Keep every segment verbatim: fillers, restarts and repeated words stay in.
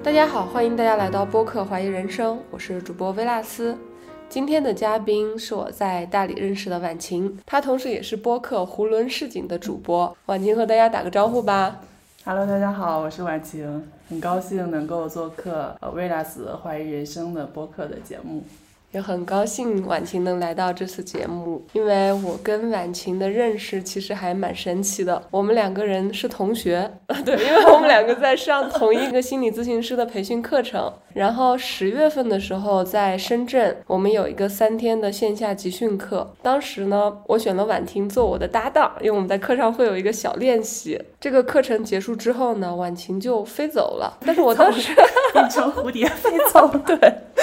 大家好，欢迎大家来到播客怀疑人生，我是主播薇拉斯。今天的嘉宾是我在大理认识的婉晴，她同时也是播客囫囵市井的主播。婉晴和大家打个招呼吧。 Hello， 大家好，我是婉晴，很高兴能够做客呃薇拉斯怀疑人生的播客的节目。 也很高兴婉晴能来到这次节目，因为我跟婉晴的认识其实还蛮神奇的。我们两个人是同学，对，因为我们两个在上同一个心理咨询师的培训课程。然后十月份的时候在深圳，我们有一个三天的线下集训课。当时呢，我选了婉晴做我的搭档，因为我们在课上会有一个小练习。这个课程结束之后呢，婉晴就飞走了，但是我当时变成蝴蝶飞走， 对。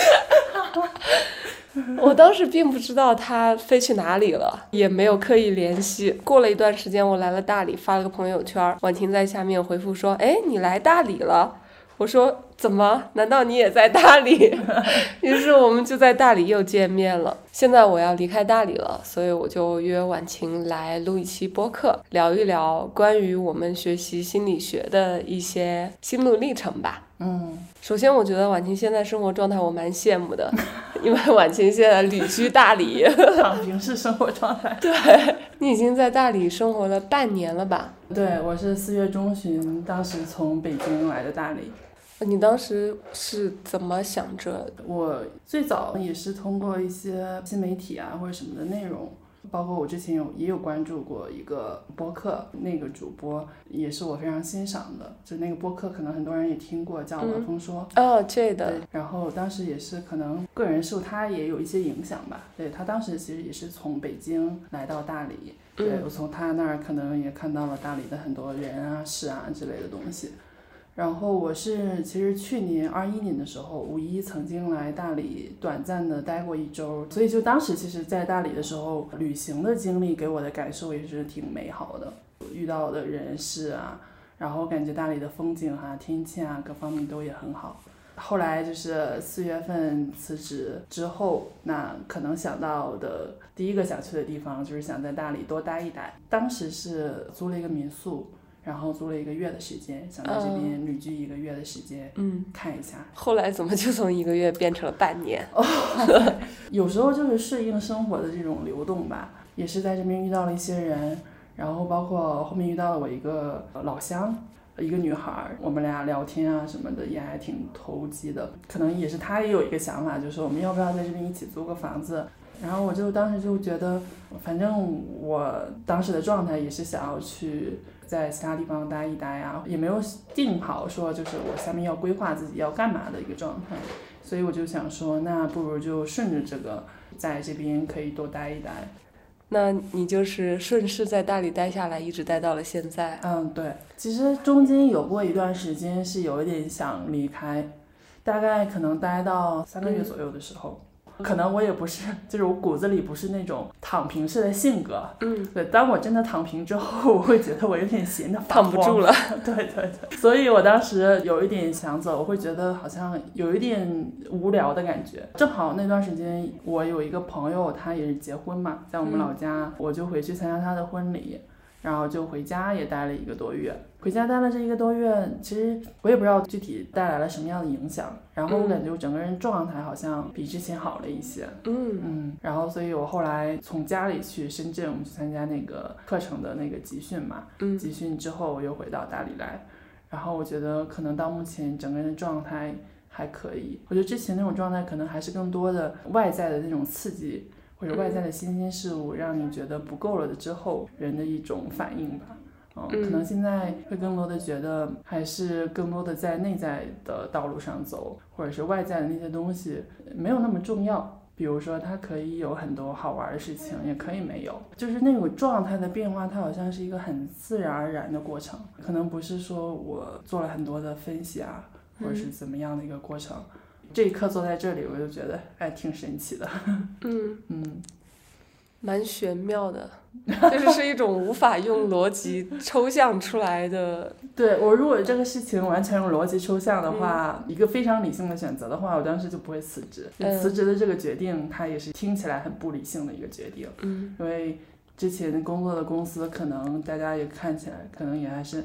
我当时并不知道他飞去哪里了，也没有刻意联系。过了一段时间，我来了大理，发了个朋友圈，婉晴在下面回复说：哎，你来大理了？我说怎么？难道你也在大理？于是我们就在大理又见面了。现在我要离开大理了，所以我就约婉晴来录一期播客，聊一聊关于我们学习心理学的一些心路历程吧。 嗯， 首先我觉得婉晴现在生活状态我蛮羡慕的，因为婉晴现在旅居大理， 躺平式生活状态。 对，你已经在大理生活了半年了吧？ 对，我是四月中旬，当时从北京来的大理。 你当时是怎么想着？ 我最早也是通过一些新媒体啊或者什么的内容，包括我之前有也有关注过一个播客，那个主播也是我非常欣赏的，就那个播客可能很多人也听过，叫晚风说。 嗯、哦，这的。 然后当时也是可能个人受他也有一些影响吧。对，他当时其实也是从北京来到大理，对、嗯、我从他那儿可能也看到了大理的很多人啊事啊之类的东西。然后我是其实去年二一年的时候，五一曾经来大理短暂的待过一周，所以就当时其实在大理的时候，旅行的经历给我的感受也是挺美好的，遇到的人事啊，然后感觉大理的风景啊、天气啊各方面都也很好。后来就是四月份辞职之后，那可能想到的第一个想去的地方就是想在大理多待一待，当时是租了一个民宿，然后租了一个月的时间，想在这边旅居一个月的时间，嗯，看一下。 后来怎么就从一个月变成了半年？ 哦，有时候就是适应生活的这种流动吧，也是在这边遇到了一些人，然后包括后面遇到了我一个老乡，一个女孩，我们俩聊天啊什么的也还挺投机的，可能也是她也有一个想法，就是我们要不要在这边一起租个房子。然后我就当时就觉得，反正我当时的状态也是想要去在其他地方待一待啊，也没有定好说就是我下面要规划自己要干嘛的一个状态，所以我就想说，那不如就顺着这个在这边可以多待一待。 那你就是顺势在大理待下来，一直待到了现在。 嗯，对，其实中间有过一段时间是有一点想离开，大概可能待到三个月左右的时候。嗯，可能我也不是，就是我骨子里不是那种躺平式的性格，嗯，对，当我真的躺平之后，我会觉得我有点闲得发慌， 躺不住了， 对对对，所以我当时有一点想走，我会觉得好像有一点无聊的感觉。正好那段时间我有一个朋友，他也是结婚嘛，在我们老家，嗯，我就回去参加他的婚礼，然后就回家也待了一个多月。回家待了这一个多月，其实我也不知道具体带来了什么样的影响，然后我感觉我整个人状态好像比之前好了一些。嗯嗯，然后所以我后来从家里去深圳，我们去参加那个课程的那个集训嘛，嗯，集训之后我又回到大理来，然后我觉得可能到目前整个人的状态还可以，我觉得之前那种状态可能还是更多的外在的那种刺激或者外在的新鲜事物让你觉得不够了的之后人的一种反应吧。嗯，可能现在会更多的觉得还是更多的在内在的道路上走，或者是外在的那些东西没有那么重要，比如说它可以有很多好玩的事情，也可以没有，就是那种状态的变化，它好像是一个很自然而然的过程，可能不是说我做了很多的分析啊，或者是怎么样的一个过程。嗯，这一刻坐在这里我就觉得哎挺神奇的。嗯嗯， 蛮玄妙的，就是是一种无法用逻辑抽象出来的。 对，我如果这个事情完全用逻辑抽象的话，嗯，一个非常理性的选择的话，我当时就不会辞职。嗯，辞职的这个决定它也是听起来很不理性的一个决定。嗯，因为之前工作的公司可能大家也看起来可能也还是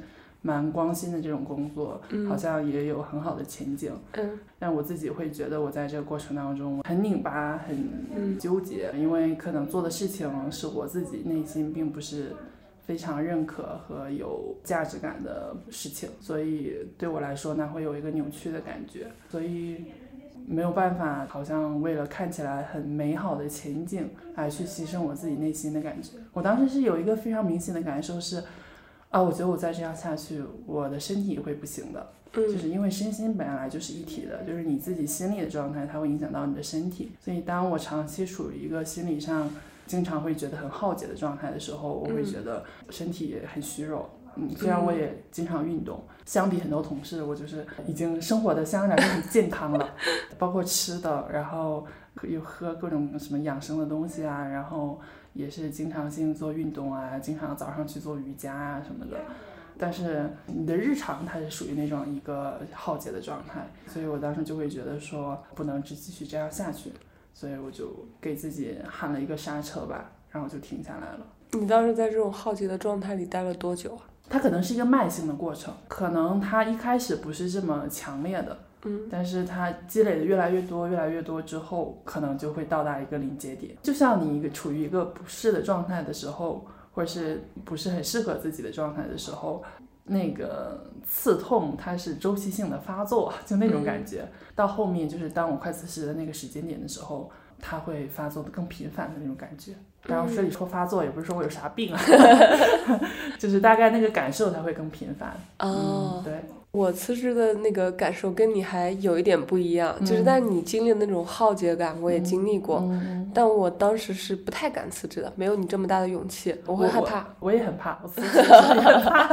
蛮光鲜的这种工作， 嗯、 好像也有很好的前景。 嗯， 但我自己会觉得我在这个过程当中很拧巴，很纠结，因为可能做的事情是我自己内心并不是非常认可和有价值感的事情，所以对我来说呢会有一个扭曲的感觉，所以没有办法好像为了看起来很美好的前景来去牺牲我自己内心的感觉。我当时是有一个非常明显的感受是啊，我觉得我再这样下去我的身体会不行的，就是因为身心本来就是一体的，就是你自己心理的状态它会影响到你的身体，所以当我长期处于一个心理上经常会觉得很耗竭的状态的时候，我会觉得身体也很虚弱。嗯，虽然我也经常运动，相比很多同事，我就是已经生活的相对来说很健康了，包括吃的，然后又喝各种什么养生的东西啊，然后也是经常性做运动啊，经常早上去做瑜伽啊什么的。但是你的日常它是属于那种一个耗竭的状态，所以我当时就会觉得说不能只继续这样下去，所以我就给自己喊了一个刹车吧，然后就停下来了。 你当时在这种耗竭的状态里待了多久啊？ 它可能是一个慢性的过程，可能它一开始不是这么强烈的， 嗯， 但是它积累的越来越多越来越多之后，可能就会到达一个临界点。就像你一个处于一个不适的状态的时候，或者是不是很适合自己的状态的时候，那个刺痛它是周期性的发作，就那种感觉、嗯、到后面就是当我快辞职的那个时间点的时候，它会发作的更频繁的那种感觉。然后说你说发作也不是说我有啥病啊就是大概那个感受它会更频繁。 哦、 嗯，对， 我辞职的那个感受跟你还有一点不一样、嗯、就是但你经历的那种耗竭感我也经历过、嗯、但我当时是不太敢辞职的，没有你这么大的勇气，我会害怕。 我, 我也很怕，我辞职也很怕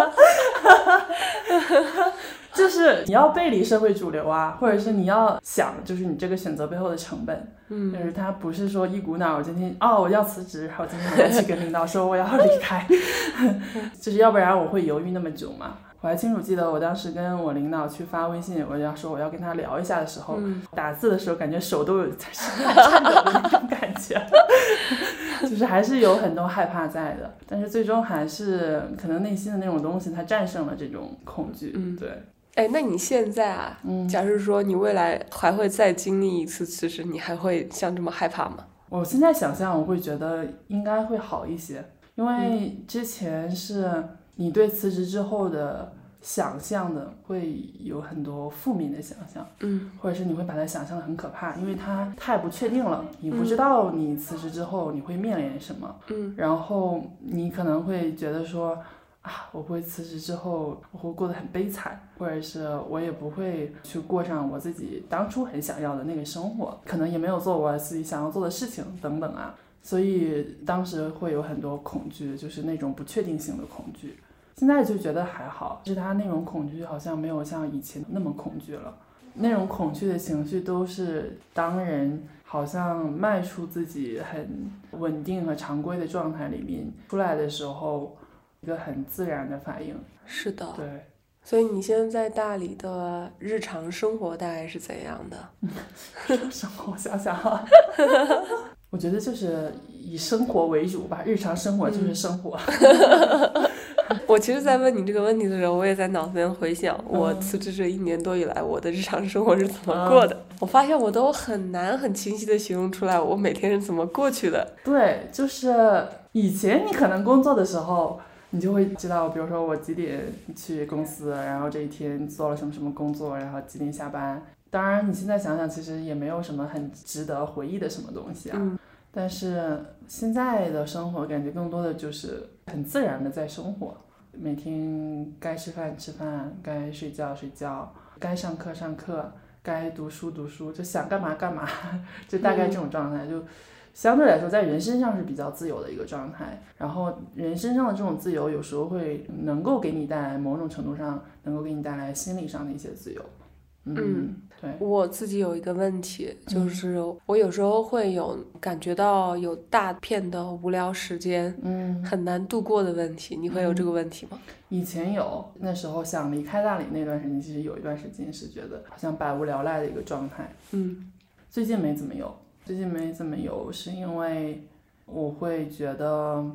就是你要背离社会主流啊，或者是你要想就是你这个选择背后的成本，嗯，就是它不是说一股脑我今天哦我要辞职，然后今天我要去跟领导说我要离开就是要不然我会犹豫那么久嘛。我还清楚记得我当时跟我领导去发微信，我要说我要跟他聊一下的时候、嗯、打字的时候感觉手都有在颤抖的那种感觉就是还是有很多害怕在的，但是最终还是可能内心的那种东西它战胜了这种恐惧。嗯，对。 哎，那你现在啊、嗯、假如说你未来还会再经历一次辞职，你还会像这么害怕吗？ 我现在想象我会觉得应该会好一些，因为之前是你对辞职之后的想象的会有很多负面的想象，嗯，或者是你会把它想象的很可怕，因为它太不确定了，你不知道你辞职之后你会面临什么，嗯，然后你可能会觉得说啊，我会辞职之后我会过得很悲惨，或者是我也不会去过上我自己当初很想要的那个生活，可能也没有做我自己想要做的事情等等啊，所以当时会有很多恐惧，就是那种不确定性的恐惧。现在就觉得还好，就是他那种恐惧好像没有像以前那么恐惧了，那种恐惧的情绪都是当人好像迈出自己很稳定和常规的状态里面出来的时候一个很自然的反应。 是的， 对。 所以你现在在大理的日常生活大概是怎样的？ 生活我想想啊我觉得就是以生活为主吧，日常生活就是生活、 嗯、我其实在问你这个问题的时候，我也在脑子里回想、嗯、我辞职这一年多以来我的日常生活是怎么过的、嗯、我发现我都很难很清晰的形容出来我每天是怎么过去的。 对，就是以前你可能工作的时候你就会知道，比如说我几点去公司，然后这一天做了什么什么工作，然后几点下班。当然你现在想想其实也没有什么很值得回忆的什么东西啊、嗯、但是现在的生活感觉更多的就是很自然的在生活，每天该吃饭吃饭，该睡觉睡觉，该上课上课，该读书读书，就想干嘛干嘛就大概这种状态、嗯、就相对来说在人身上是比较自由的一个状态，然后人身上的这种自由有时候会能够给你带来某种程度上能够给你带来心理上的一些自由。嗯， 嗯对， 我自己有一个问题，就是我有时候会有感觉到有大片的无聊时间，嗯，很难度过的问题，你会有这个问题吗？ 以前有，那时候想离开大理那段时间，其实有一段时间是觉得好像百无聊赖的一个状态，嗯，最近没怎么有，最近没怎么有，是因为我会觉得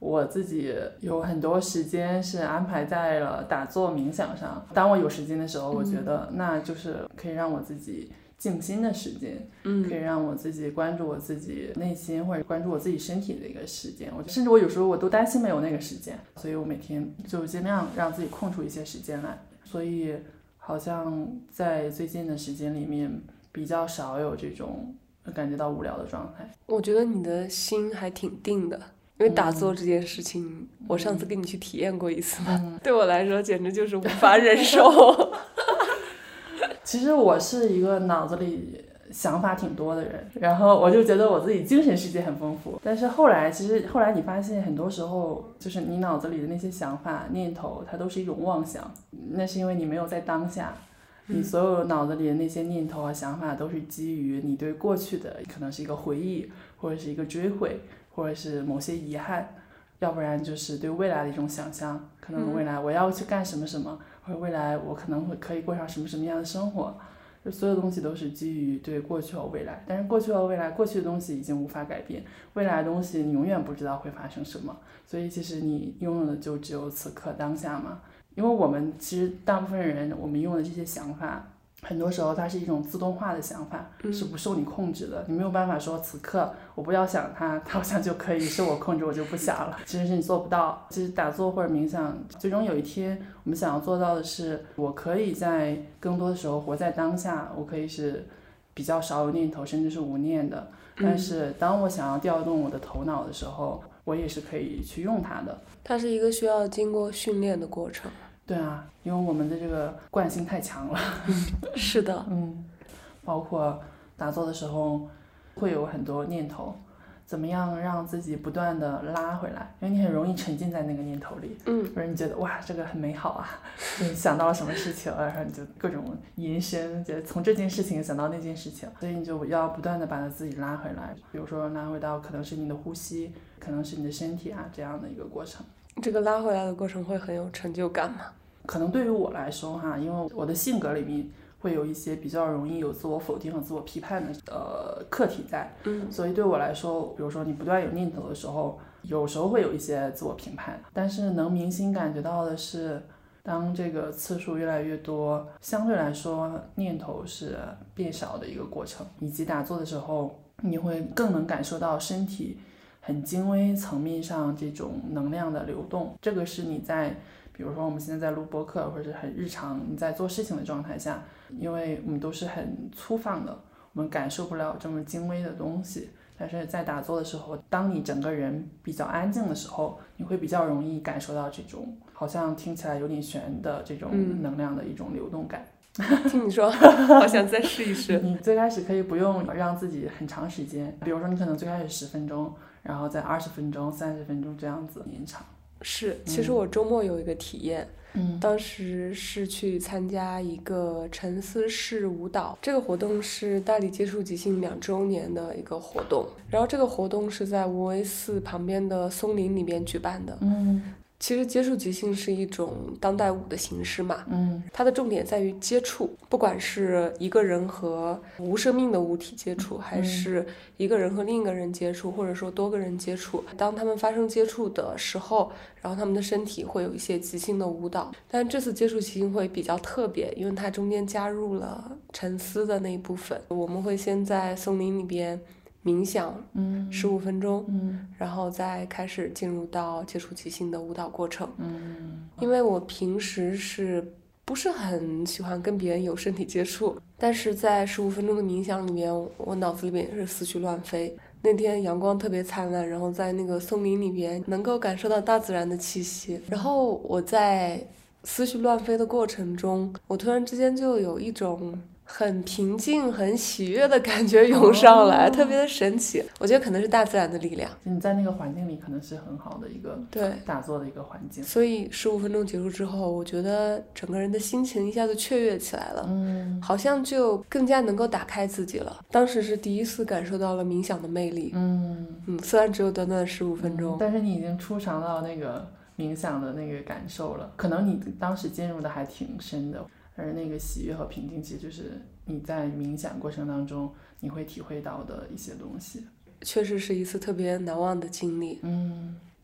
我自己有很多时间是安排在了打坐冥想上。当我有时间的时候，我觉得那就是可以让我自己静心的时间，嗯，可以让我自己关注我自己内心或者关注我自己身体的一个时间。我甚至我有时候我都担心没有那个时间，所以我每天就尽量让自己空出一些时间来。所以好像在最近的时间里面比较少有这种感觉到无聊的状态。 我觉得你的心还挺定的，因为打坐这件事情、嗯、我上次跟你去体验过一次嘛、嗯、对我来说简直就是无法忍受其实我是一个脑子里想法挺多的人，然后我就觉得我自己精神世界很丰富，但是后来其实后来你发现很多时候就是你脑子里的那些想法念头它都是一种妄想，那是因为你没有在当下，你所有脑子里的那些念头啊想法都是基于你对过去的可能是一个回忆，或者是一个追悔，或者是某些遗憾，要不然就是对未来的一种想象，可能未来我要去干什么什么，或者未来我可能会可以过上什么什么样的生活，就所有东西都是基于对过去和未来，但是过去和未来，过去的东西已经无法改变，未来的东西你永远不知道会发生什么，所以其实你拥有的就只有此刻当下嘛。因为我们其实大部分人我们用的这些想法很多时候它是一种自动化的想法、嗯、是不受你控制的，你没有办法说此刻我不要想它，它好像就可以受我控制，我就不想了，其实是你做不到。其实打坐或者冥想最终有一天我们想要做到的是，我可以在更多的时候活在当下，我可以是比较少有念头甚至是无念的，但是当我想要调动我的头脑的时候，我也是可以去用它的。 它是一个需要经过训练的过程。 对啊，因为我们的这个惯性太强了。 是的， 嗯，包括打坐的时候会有很多念头，怎么样让自己不断的拉回来，因为你很容易沉浸在那个念头里，嗯，或者你觉得哇这个很美好啊，你想到了什么事情，然后你就各种延伸，就从这件事情想到那件事情，所以你就要不断的把它自己拉回来，比如说拉回到可能是你的呼吸，可能是你的身体啊，这样的一个过程。 这个拉回来的过程会很有成就感吗？ 可能对于我来说哈，因为我的性格里面会有一些比较容易有自我否定和自我批判的呃课题在，嗯，所以对我来说，比如说你不断有念头的时候，有时候会有一些自我评判，但是能明显感觉到的是，当这个次数越来越多，相对来说念头是变少的一个过程，以及打坐的时候，你会更能感受到身体很精微层面上这种能量的流动，这个是你在比如说我们现在在录播客或者是很日常你在做事情的状态下，因为我们都是很粗放的，我们感受不了这么精微的东西，但是在打坐的时候，当你整个人比较安静的时候，你会比较容易感受到这种好像听起来有点玄的这种能量的一种流动感、 嗯、听你说好想再试一试。 你最开始可以不用让自己很长时间，比如说你可能最开始十分钟，然后在二十分钟三十分钟这样子延长。 是，其实我周末有一个体验、嗯、当时是去参加一个沉思式舞蹈，这个活动是大理接触即兴两周年的一个活动，然后这个活动是在无为寺旁边的松林里面举办的。嗯，其实接触即兴是一种当代舞的形式嘛，嗯，它的重点在于接触，不管是一个人和无生命的物体接触，还是一个人和另一个人接触，或者说多个人接触，当他们发生接触的时候，然后他们的身体会有一些即兴的舞蹈。但这次接触即兴会比较特别，因为它中间加入了沉思的那一部分，我们会先在松林里边冥想十五分钟、嗯、然后再开始进入到接触即兴的舞蹈过程、嗯、因为我平时是不是很喜欢跟别人有身体接触，但是在十五分钟的冥想里面，我脑子里面是思绪乱飞。那天阳光特别灿烂，然后在那个松林里边能够感受到大自然的气息，然后我在思绪乱飞的过程中，我突然之间就有一种很平静很喜悦的感觉涌上来、哦、特别的神奇。我觉得可能是大自然的力量， 你在那个环境里可能是很好的一个对打坐的一个环境。 所以十五分钟结束之后，我觉得整个人的心情一下子雀跃起来了，嗯，好像就更加能够打开自己了。当时是第一次感受到了冥想的魅力，嗯嗯，虽然只有短短的十五分钟、嗯、 但是你已经初尝到那个冥想的那个感受了，可能你当时进入的还挺深的，而那个喜悦和平静其实就是你在冥想过程当中你会体会到的一些东西。 确实是一次特别难忘的经历。 嗯，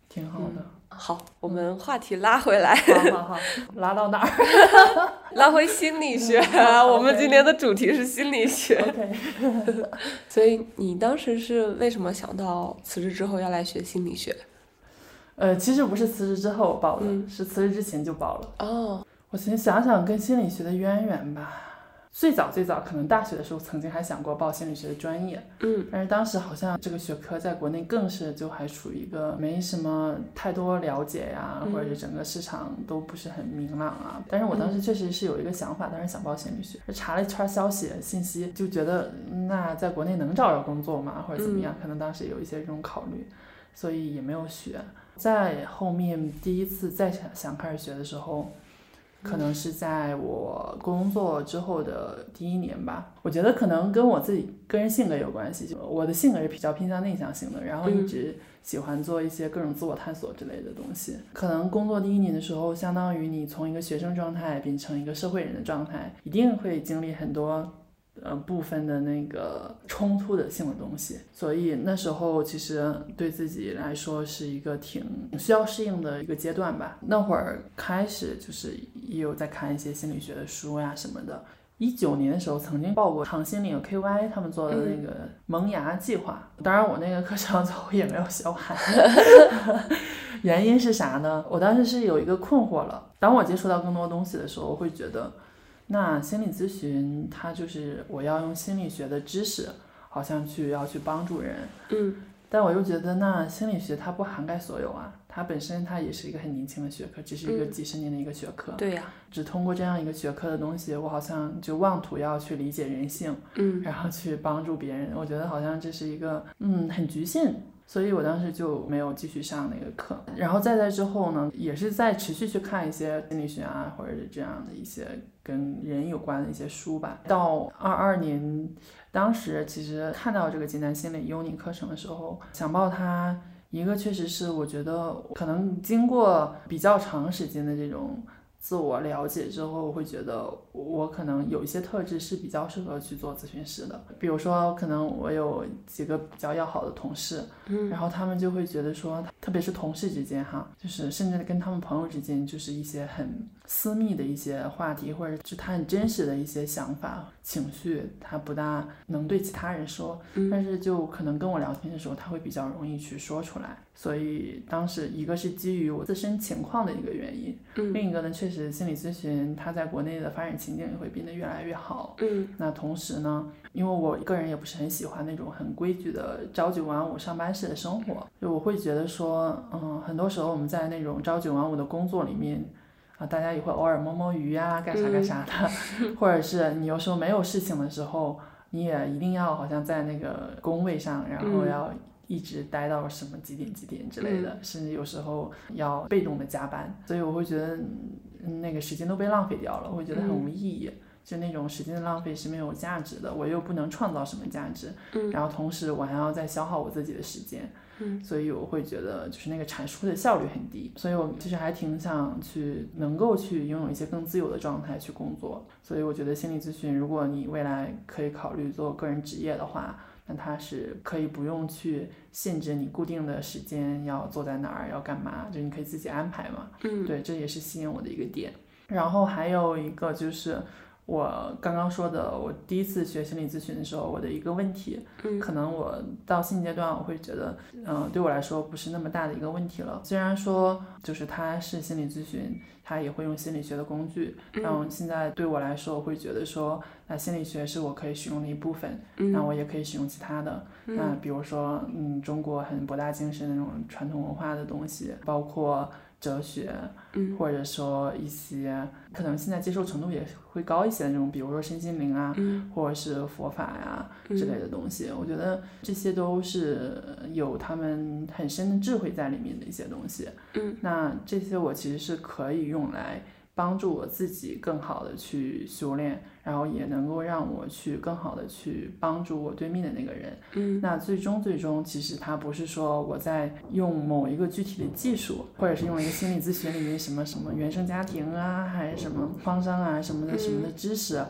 挺好的。 嗯好，我们话题拉回来， 好好好，拉到哪儿？ 拉回心理学。我们今天的主题是心理学。 OK 所以你当时是为什么想到辞职之后要来学心理学？ 呃，其实不是辞职之后报的， 嗯、 是辞职之前就报了。 哦， 我先想想跟心理学的渊源吧。最早最早可能大学的时候曾经还想过报心理学的专业， 嗯， 但是当时好像这个学科在国内更是就还处于一个没什么太多了解呀、嗯、或者是整个市场都不是很明朗啊。但是我当时确实是有一个想法，当时想报心理学，查了一圈消息信息，就觉得那在国内能找着工作吗？或者怎么样？可能当时有一些这种考虑，所以也没有学。在后面第一次再想想开始学的时候，可能是在我工作之后的第一年吧。我觉得可能跟我自己个人性格有关系，我的性格是比较偏向内向型的，然后一直喜欢做一些各种自我探索之类的东西。可能工作第一年的时候，相当于你从一个学生状态变成一个社会人的状态，一定会经历很多呃，部分的那个冲突的性的东西，所以那时候其实对自己来说是一个挺需要适应的一个阶段吧。那会儿开始就是也有在看一些心理学的书呀什么的。一九年的时候曾经报过唐心理和 K Y 他们做的那个萌芽计划，当然我那个课程最后也没有学完。原因是啥呢？我当时是有一个困惑了，当我接触到更多东西的时候，我会觉得那心理咨询它就是我要用心理学的知识好像去要去帮助人， 嗯， 但我又觉得那心理学它不涵盖所有啊，它本身它也是一个很年轻的学科，只是一个几十年的一个学科， 嗯、对呀、啊， 只通过这样一个学科的东西，我好像就妄图要去理解人性， 嗯， 然后去帮助别人，我觉得好像这是一个嗯很局限。所以我当时就没有继续上那个课，然后再在之后呢，也是在持续去看一些心理学啊，或者是这样的一些跟人有关的一些书吧。到二二年，当时其实看到这个济南心理 Uni 课程的时候，想报它，一个确实是我觉得可能经过比较长时间的这种自我了解之后，我会觉得我可能有一些特质是比较适合去做咨询师的。比如说可能我有几个比较要好的同事，嗯，然后他们就会觉得说，特别是同事之间哈，就是甚至跟他们朋友之间，就是一些很私密的一些话题，或者是他很真实的一些想法情绪，他不大能对其他人说，嗯，但是就可能跟我聊天的时候他会比较容易去说出来。所以当时一个是基于我自身情况的一个原因，嗯，另一个呢确实心理咨询它在国内的发展情境也会变得越来越好，嗯，那同时呢，因为我个人也不是很喜欢那种很规矩的朝九晚五上班式的生活，就我会觉得说嗯，很多时候我们在那种朝九晚五的工作里面啊，大家也会偶尔摸摸鱼啊，干啥干啥的，嗯，或者是你有时候没有事情的时候，你也一定要好像在那个工位上，然后要一直待到什么几点几点之类的，嗯，甚至有时候要被动的加班，所以我会觉得那个时间都被浪费掉了，我会觉得很无意义，嗯，就那种时间的浪费是没有价值的，我又不能创造什么价值，嗯，然后同时我还要再消耗我自己的时间，嗯，所以我会觉得就是那个产出的效率很低，所以我其实还挺想去能够去拥有一些更自由的状态去工作，所以我觉得心理咨询如果你未来可以考虑做个人职业的话，那它是可以不用去限制你固定的时间要坐在哪儿要干嘛，就你可以自己安排嘛，嗯，对，这也是吸引我的一个点。然后还有一个就是我刚刚说的，我第一次学心理咨询的时候，我的一个问题，嗯，可能我到现阶段我会觉得，嗯、呃，对我来说不是那么大的一个问题了。虽然说就是它是心理咨询，它也会用心理学的工具，然后现在对我来说，我会觉得说，那心理学是我可以使用的一部分，嗯，那我也可以使用其他的，嗯，那比如说，嗯，中国很博大精深的那种传统文化的东西，包括哲学，嗯，或者说一些可能现在接受程度也会高一些的那种，比如说身心灵啊，嗯，或者是佛法呀，嗯，之类的东西，我觉得这些都是有他们很深的智慧在里面的一些东西，嗯，那这些我其实是可以用来帮助我自己更好的去修炼，然后也能够让我去更好的去帮助我对面的那个人，嗯，那最终最终其实它不是说我在用某一个具体的技术，或者是用一个心理咨询里面什么什么原生家庭啊，还是什么创伤啊什么的什么的知识，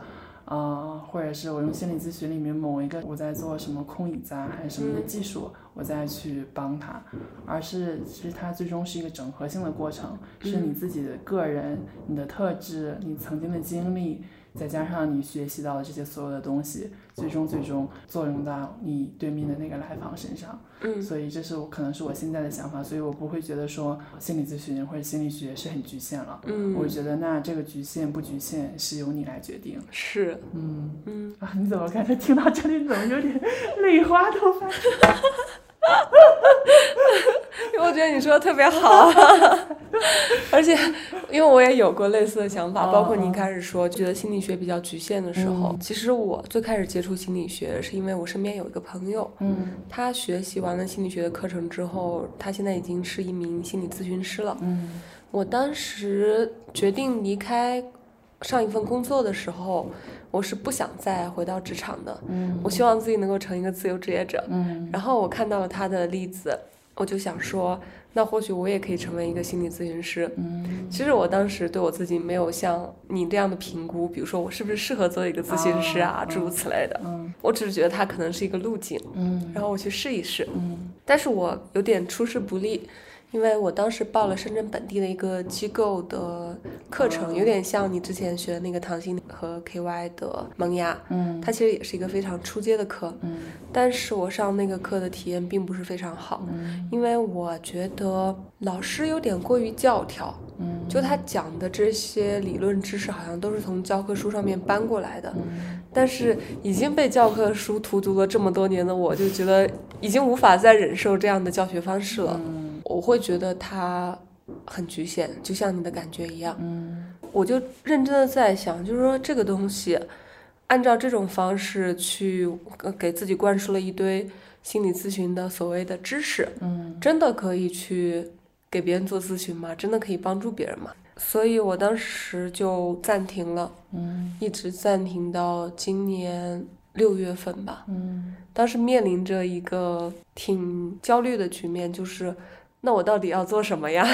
呃，或者是我用心理咨询里面某一个我在做什么空椅子啊还是什么的技术，我再去帮他，而是其实它最终是一个整合性的过程，是你自己的个人、你的特质、你曾经的经历，再加上你学习到的这些所有的东西，最终最终作用到你对面的那个来访身上。 嗯， 所以这是我可能是我现在的想法，所以我不会觉得说心理咨询或者心理学是很局限了。 嗯， 我觉得那这个局限不局限是由你来决定。 是， 嗯嗯啊，你怎么感觉听到这里怎么有点泪花都翻出来？ 因为我觉得你说的特别好，而且因为我也有过类似的想法，包括你一开始说觉得心理学比较局限的时候， 嗯、 其实我最开始接触心理学是因为我身边有一个朋友， 嗯， 他学习完了心理学的课程之后，他现在已经是一名心理咨询师了。 嗯， 我当时决定离开上一份工作的时候，我是不想再回到职场的， 嗯， 我希望自己能够成一个自由职业者， 嗯， 然后我看到了他的例子，我就想说，那或许我也可以成为一个心理咨询师。 嗯， 其实我当时对我自己没有像你这样的评估，比如说我是不是适合做一个咨询师啊，诸如此类的。 嗯， 我只是觉得它可能是一个路径， 嗯， 然后我去试一试。 嗯， 但是我有点出师不利。因为我当时报了深圳本地的一个机构的课程，有点像你之前学的那个唐心理和 K Y 的萌芽， 嗯， 它其实也是一个非常初阶的课， 嗯， 但是我上那个课的体验并不是非常好， 嗯， 因为我觉得老师有点过于教条， 嗯， 就他讲的这些理论知识好像都是从教科书上面搬过来的， 嗯， 但是已经被教科书荼毒了这么多年的我，就觉得已经无法再忍受这样的教学方式了。 嗯， 我会觉得它很局限，就像你的感觉一样。 嗯， 我就认真的在想，就是说这个东西，按照这种方式去给自己灌输了一堆心理咨询的所谓的知识， 嗯， 真的可以去给别人做咨询吗？真的可以帮助别人吗？所以我当时就暂停了， 嗯， 一直暂停到今年六月份吧。 嗯， 当时面临着一个挺焦虑的局面，就是那我到底要做什么呀？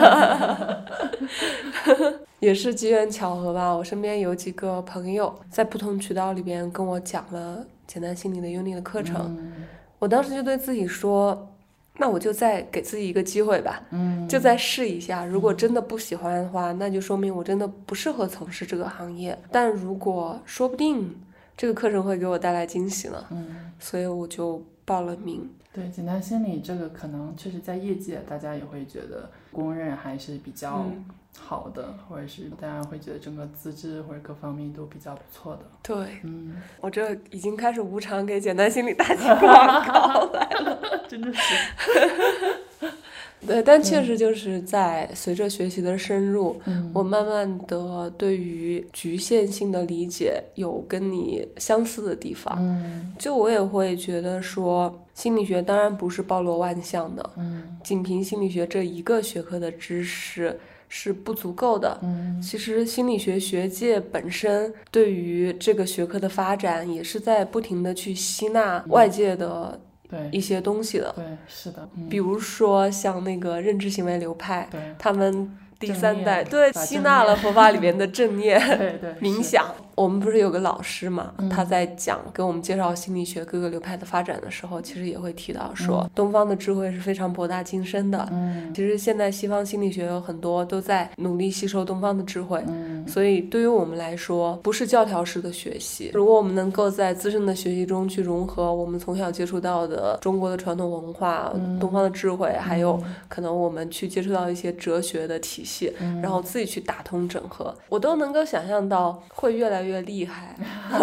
也是机缘巧合吧，我身边有几个朋友在不同渠道里边跟我讲了简单心理的 Uni 的课程， 嗯， 我当时就对自己说，那我就再给自己一个机会吧， 嗯， 就再试一下，如果真的不喜欢的话，那就说明我真的不适合从事这个行业，但如果说不定这个课程会给我带来惊喜呢， 嗯， 所以我就报了名。 对，简单心理这个可能确实在业界大家也会觉得公认还是比较好的，嗯、或者是大家会觉得整个资质或者各方面都比较不错的。 对， 嗯， 我这已经开始无偿给简单心理打起广告来了， 真的是。 对，但确实就是在随着学习的深入， 嗯、 我慢慢的对于局限性的理解有跟你相似的地方。 嗯， 就我也会觉得说，心理学当然不是包罗万象的， 嗯， 仅凭心理学这一个学科的知识是不足够的。 嗯， 其实心理学学界本身对于这个学科的发展，也是在不停的去吸纳外界的。 对一些东西的， 对，是的，嗯、 比如说像那个认知行为流派， 对， 他们第三代对吸纳了佛法里面的正念对对冥想。我们不是有个老师嘛、 嗯、 他在讲给我们介绍心理学各个流派的发展的时候，其实也会提到说、嗯、东方的智慧是非常博大精深的、 嗯、 其实现在西方心理学有很多都在努力吸收东方的智慧、 嗯、 所以对于我们来说不是教条式的学习，如果我们能够在自身的学习中去融合我们从小接触到的中国的传统文化、 嗯、 东方的智慧、还有可能我们去接触到一些哲学的体系、 嗯、 然后自己去打通整合，我都能够想象到会越来越厉害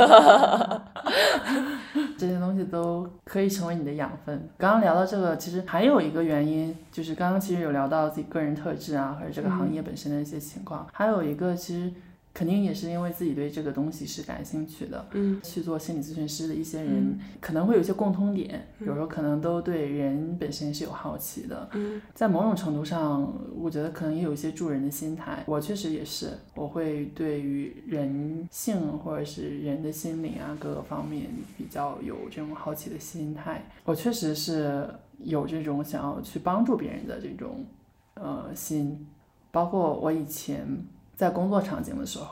这些东西都可以成为你的养分。刚刚聊到这个，其实还有一个原因，就是刚刚其实有聊到自己个人特质啊，或者这个行业本身的一些情况、嗯、还有一个其实肯定也是因为自己对这个东西是感兴趣的， 嗯， 去做心理咨询师的一些人、 嗯、 可能会有一些共通点、 嗯、 有时候可能都对人本身是有好奇的， 嗯， 在某种程度上我觉得可能也有一些助人的心态，我确实也是，我会对于人性或者是人的心理啊各个方面比较有这种好奇的心态，我确实是有这种想要去帮助别人的这种呃心，包括我以前在工作场景的时候，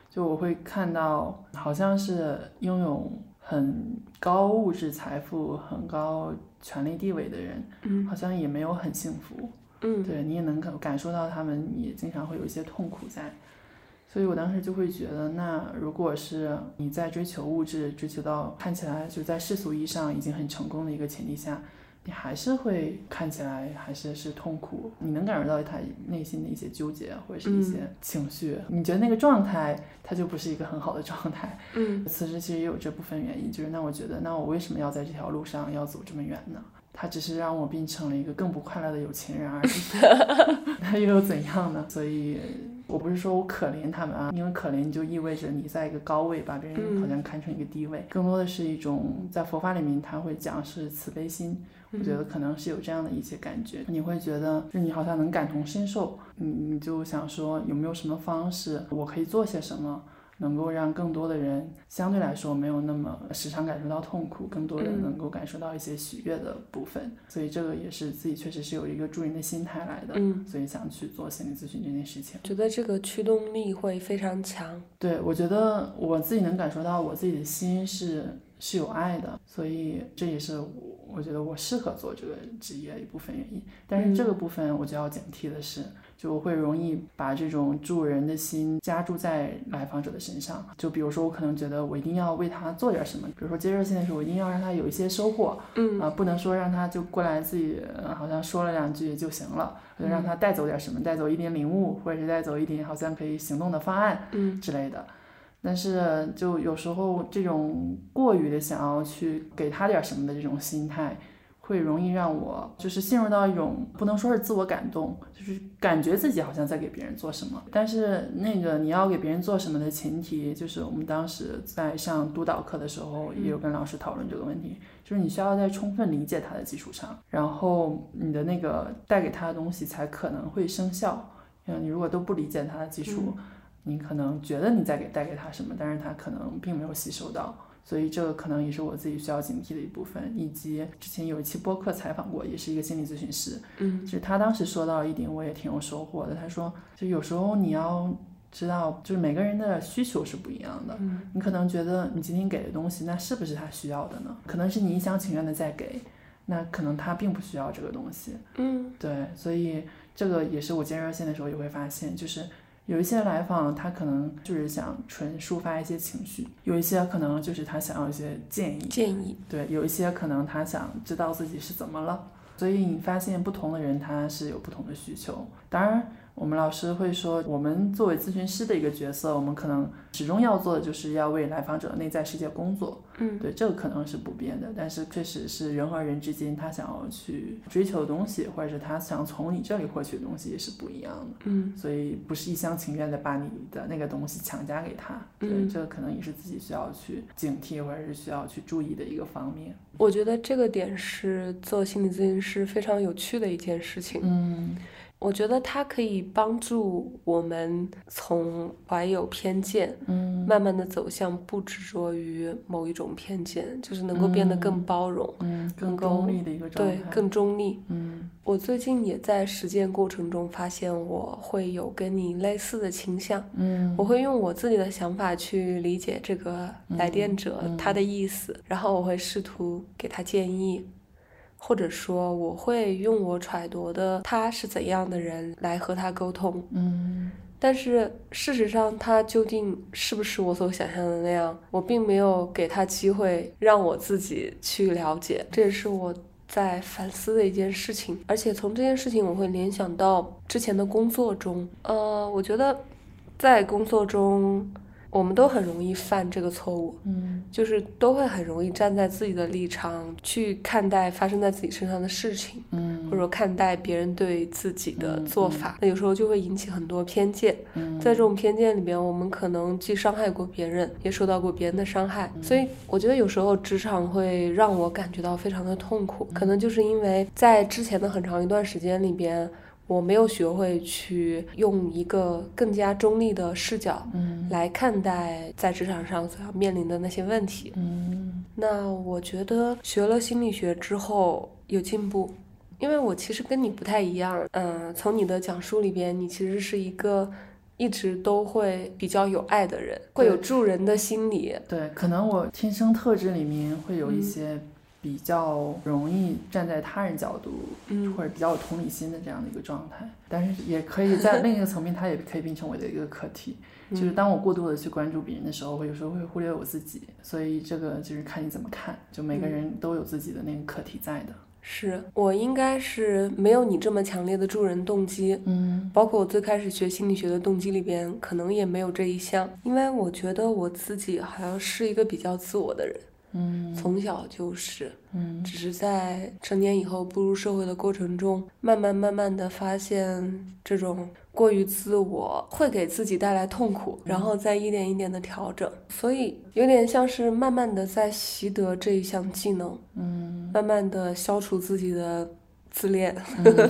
就我会看到好像是拥有很高物质财富很高权力地位的人、嗯、好像也没有很幸福，嗯，对，你也能感受到他们也经常会有一些痛苦在。所以我当时就会觉得，那如果是你在追求物质追求到看起来就在世俗意义上已经很成功的一个前提下，你还是会看起来还是是痛苦，你能感受到他内心的一些纠结或者是一些情绪、嗯、你觉得那个状态它就不是一个很好的状态。嗯，辞职其实也有这部分原因，就是那我觉得那我为什么要在这条路上要走这么远呢？它只是让我变成了一个更不快乐的有钱人而已那又有怎样呢？所以我不是说我可怜他们啊，因为可怜就意味着你在一个高位把别人好像看成一个低位、嗯、更多的是一种在佛法里面他会讲是慈悲心，我觉得可能是有这样的一些感觉，你会觉得就你好像能感同身受，你你就想说有没有什么方式我可以做些什么能够让更多的人相对来说没有那么时常感受到痛苦，更多人能够感受到一些喜悦的部分、嗯、所以这个也是自己确实是有一个助人的心态来的、嗯、所以想去做心理咨询这件事情， 觉得这个驱动力会非常强。 对，我觉得我自己能感受到我自己的心是是有爱的，所以这也是我觉得我适合做这个职业一部分原因。但是这个部分我就要警惕的是、嗯、就我会容易把这种助人的心加注在来访者的身上，就比如说我可能觉得我一定要为他做点什么，比如说接热线的时候我一定要让他有一些收获，嗯、呃、不能说让他就过来自己、呃、好像说了两句就行了，就让他带走点什么、嗯、带走一点领悟，或者是带走一点好像可以行动的方案之类的、嗯，但是就有时候这种过于的想要去给他点什么的这种心态会容易让我就是陷入到一种不能说是自我感动，就是感觉自己好像在给别人做什么，但是那个你要给别人做什么的前提就是我们当时在上督导课的时候也有跟老师讨论这个问题、嗯、就是你需要在充分理解他的基础上，然后你的那个带给他的东西才可能会生效。你如果都不理解他的基础、嗯，你可能觉得你在给带给他什么，但是他可能并没有吸收到，所以这个可能也是我自己需要警惕的一部分。以及之前有一期播客采访过，也是一个心理咨询师，嗯，就是他当时说到一点我也挺有收获的，他说就有时候你要知道就是每个人的需求是不一样的、嗯、你可能觉得你今天给的东西那是不是他需要的呢，可能是你一厢情愿的在给，那可能他并不需要这个东西，嗯，对，所以这个也是我接热线的时候也会发现，就是有一些来访他可能就是想纯抒发一些情绪，有一些可能就是他想要一些建议建议对，有一些可能他想知道自己是怎么了，所以你发现不同的人他是有不同的需求。当然我们老师会说我们作为咨询师的一个角色，我们可能始终要做的就是要为来访者的内在世界工作，嗯，对，这个可能是不变的，但是确实是人和人之间他想要去追求的东西，或者是他想从你这里获取的东西也是不一样的，嗯，所以不是一厢情愿的把你的那个东西强加给他，对、嗯、这个可能也是自己需要去警惕或者是需要去注意的一个方面。 我觉得这个点是做心理咨询师非常有趣的一件事情，嗯，我觉得它可以帮助我们从怀有偏见，嗯，慢慢的走向不执着于某一种偏见，就是能够变得更包容， 嗯，更中立的一个状态， 对，更中立。嗯，我最近也在实践过程中发现我会有跟你类似的倾向，嗯，我会用我自己的想法去理解这个来电者、嗯、他的意思，然后我会试图给他建议。或者说我会用我揣度的他是怎样的人来和他沟通，嗯，但是事实上他究竟是不是我所想象的那样，我并没有给他机会让我自己去了解，这也是我在反思的一件事情。而且从这件事情我会联想到之前的工作中，呃，我觉得在工作中我们都很容易犯这个错误，嗯，就是都会很容易站在自己的立场去看待发生在自己身上的事情，嗯，或者看待别人对自己的做法，嗯嗯、那有时候就会引起很多偏见，嗯，在这种偏见里边，我们可能既伤害过别人，也受到过别人的伤害，嗯、所以我觉得有时候职场会让我感觉到非常的痛苦，嗯、可能就是因为在之前的很长一段时间里边。我没有学会去用一个更加中立的视角来看待在职场上所要面临的那些问题，嗯，那我觉得学了心理学之后有进步，因为我其实跟你不太一样，嗯、呃，从你的讲述里边你其实是一个一直都会比较有爱的人，会有助人的心理。 对，可能我天生特质里面会有一些比较容易站在他人角度、嗯、或者比较有同理心的这样的一个状态，但是也可以在另一个层面它也可以变成我的一个课题就是当我过度的去关注别人的时候，我有时候会忽略我自己，所以这个就是看你怎么看，就每个人都有自己的那个课题在的。 是我应该是没有你这么强烈的助人动机，嗯，包括我最开始学心理学的动机里边可能也没有这一项，因为我觉得我自己好像是一个比较自我的人，嗯，从小就是，嗯，只是在成年以后步入社会的过程中，慢慢慢慢的发现这种过于自我会给自己带来痛苦，然后再一点一点的调整，所以有点像是慢慢的在习得这一项技能，嗯，慢慢的消除自己的自恋。嗯、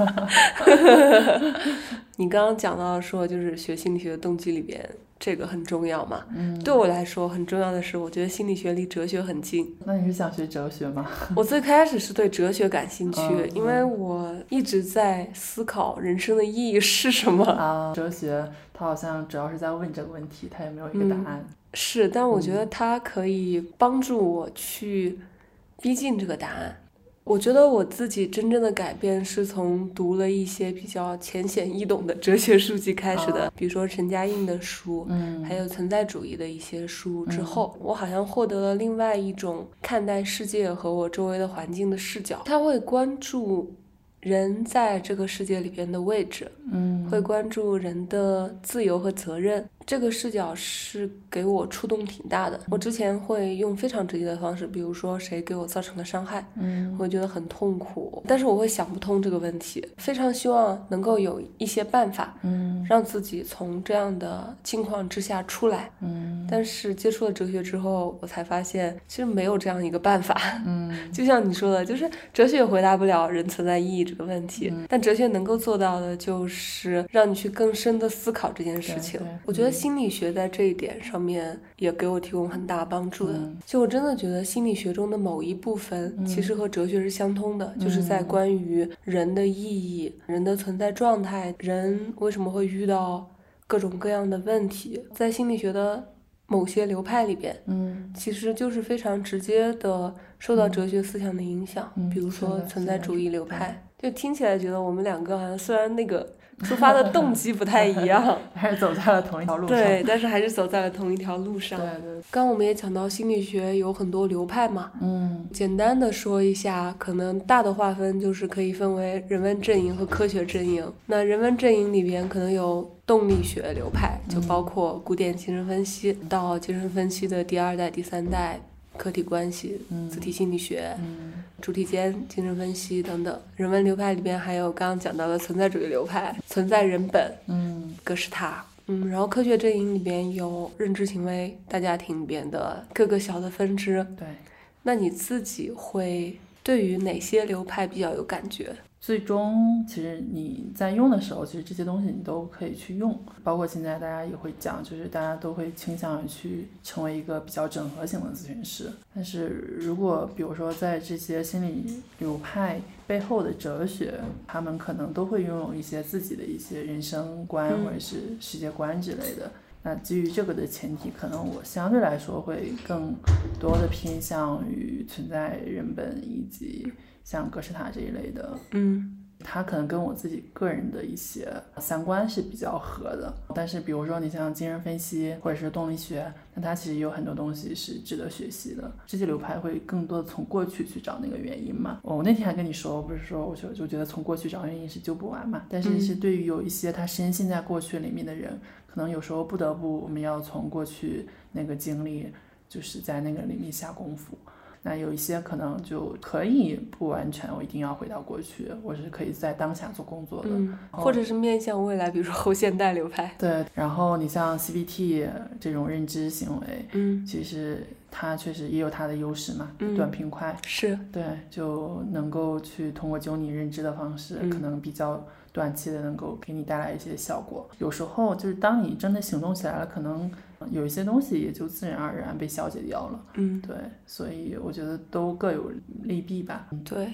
你刚刚讲到说就是学心理学的动机里边这个很重要嘛，嗯，对我来说很重要的是我觉得心理学离哲学很近。 那你是想学哲学吗？ 我最开始是对哲学感兴趣、嗯、因为我一直在思考人生的意义是什么啊。哲学它好像主要是在问这个问题，它也没有一个答案、嗯、 是，但我觉得它可以帮助我去逼近这个答案。我觉得我自己真正的改变是从读了一些比较浅显易懂的哲学书籍开始的、啊、比如说陈嘉映的书、嗯、还有存在主义的一些书之后、嗯、我好像获得了另外一种看待世界和我周围的环境的视角。他会关注人在这个世界里边的位置，嗯，会关注人的自由和责任，这个视角是给我触动挺大的。我之前会用非常直接的方式，比如说谁给我造成了伤害，嗯，我会觉得很痛苦，但是我会想不通这个问题，非常希望能够有一些办法，嗯，让自己从这样的境况之下出来，嗯，但是接触了哲学之后，我才发现其实没有这样一个办法，嗯，就像你说的，就是哲学回答不了人存在意义这个问题、嗯、但哲学能够做到的就是让你去更深的思考这件事情。我觉得心理学在这一点上面也给我提供很大帮助的、嗯、就我真的觉得心理学中的某一部分其实和哲学是相通的、嗯、就是在关于人的意义、人的存在状态、人为什么会遇到各种各样的问题，在心理学的某些流派里边，嗯，其实就是非常直接的受到哲学思想的影响、嗯、比如说存在主义流派、嗯、就听起来觉得我们两个好像虽然那个出发的动机不太一样还是走在了同一条路上， 对，但是还是走在了同一条路上。 对对。 刚刚我们也讲到心理学有很多流派嘛，嗯，简单的说一下，可能大的划分就是可以分为人文阵营和科学阵营。那人文阵营里边可能有动力学流派，就包括古典精神分析、嗯、到精神分析的第二代、第三代。客体关系、嗯、自体心理学、嗯、主体间精神分析等等。人文流派里边还有刚刚讲到的存在主义流派、存在人本、嗯、哥斯塔，嗯，然后科学阵营里边有认知行为大家庭里边的各个小的分支。 对， 那你自己会对于哪些流派比较有感觉？ 最终其实你在用的时候，其实这些东西你都可以去用，包括现在大家也会讲，就是大家都会倾向于去成为一个比较整合型的咨询师。但是如果比如说在这些心理流派背后的哲学，他们可能都会拥有一些自己的一些人生观或者是世界观之类的、嗯、那基于这个的前提，可能我相对来说会更多的偏向于存在人本以及像哥斯塔这一类的，嗯，它可能跟我自己个人的一些三观是比较合的。但是比如说你像精神分析或者是动力学，那它其实有很多东西是值得学习的。这些流派会更多的从过去去找那个原因嘛。我那天还跟你说，不是说我就就觉得从过去找原因是救不完嘛。但是是对于有一些他深陷在过去里面的人，可能有时候不得不我们要从过去那个经历，就是在那个里面下功夫。那有一些可能就可以不完全我一定要回到过去，我是可以在当下做工作的、嗯、 或者是面向未来，比如说后现代流派。 对，然后你像 C B T 这种认知行为，嗯，其实它确实也有它的优势嘛，嗯、短平快， 是， 对，就能够去通过揪你认知的方式、嗯、可能比较短期的能够给你带来一些效果。有时候就是当你真的行动起来了，可能有一些东西也就自然而然被消解掉了。嗯，对，所以我觉得都各有利弊吧。 对，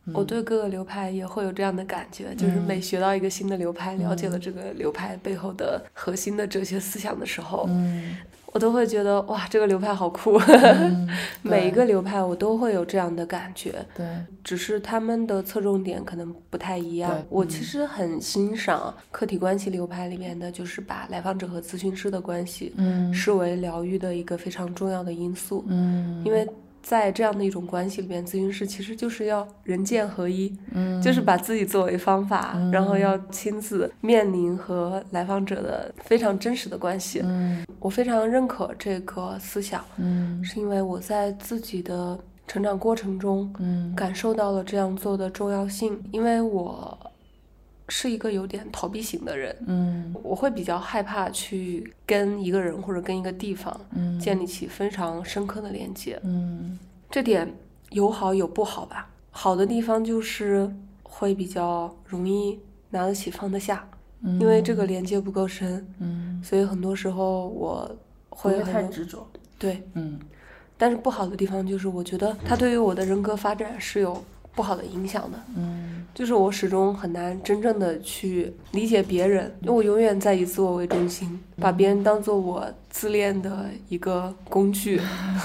我对各个流派也会有这样的感觉，嗯、就是每学到一个新的流派，了解了这个流派背后的核心的哲学思想的时候，嗯、我都会觉得哇，这个流派好酷。嗯、每一个流派我都会有这样的感觉， 对， 只是他们的侧重点可能不太一样。我其实很欣赏客体关系流派里面的，就是把来访者和咨询师的关系，嗯，视为疗愈的一个非常重要的因素，嗯，因为在这样的一种关系里边，咨询师其实就是要人剑合一，嗯，就是把自己作为方法，嗯、然后要亲自面临和来访者的非常真实的关系。嗯，我非常认可这个思想，嗯，是因为我在自己的成长过程中，嗯，感受到了这样做的重要性，因为我是一个有点逃避型的人，嗯，我会比较害怕去跟一个人或者跟一个地方，嗯，建立起非常深刻的连接，嗯，这点有好有不好吧。好的地方就是会比较容易拿得起放得下，嗯，因为这个连接不够深，嗯，所以很多时候我会不会太执着， 对，嗯，但是不好的地方就是我觉得它对于我的人格发展是有不好的影响的，嗯，就是我始终很难真正的去理解别人，因为我永远在以自我为中心，把别人当做我自恋的一个工具。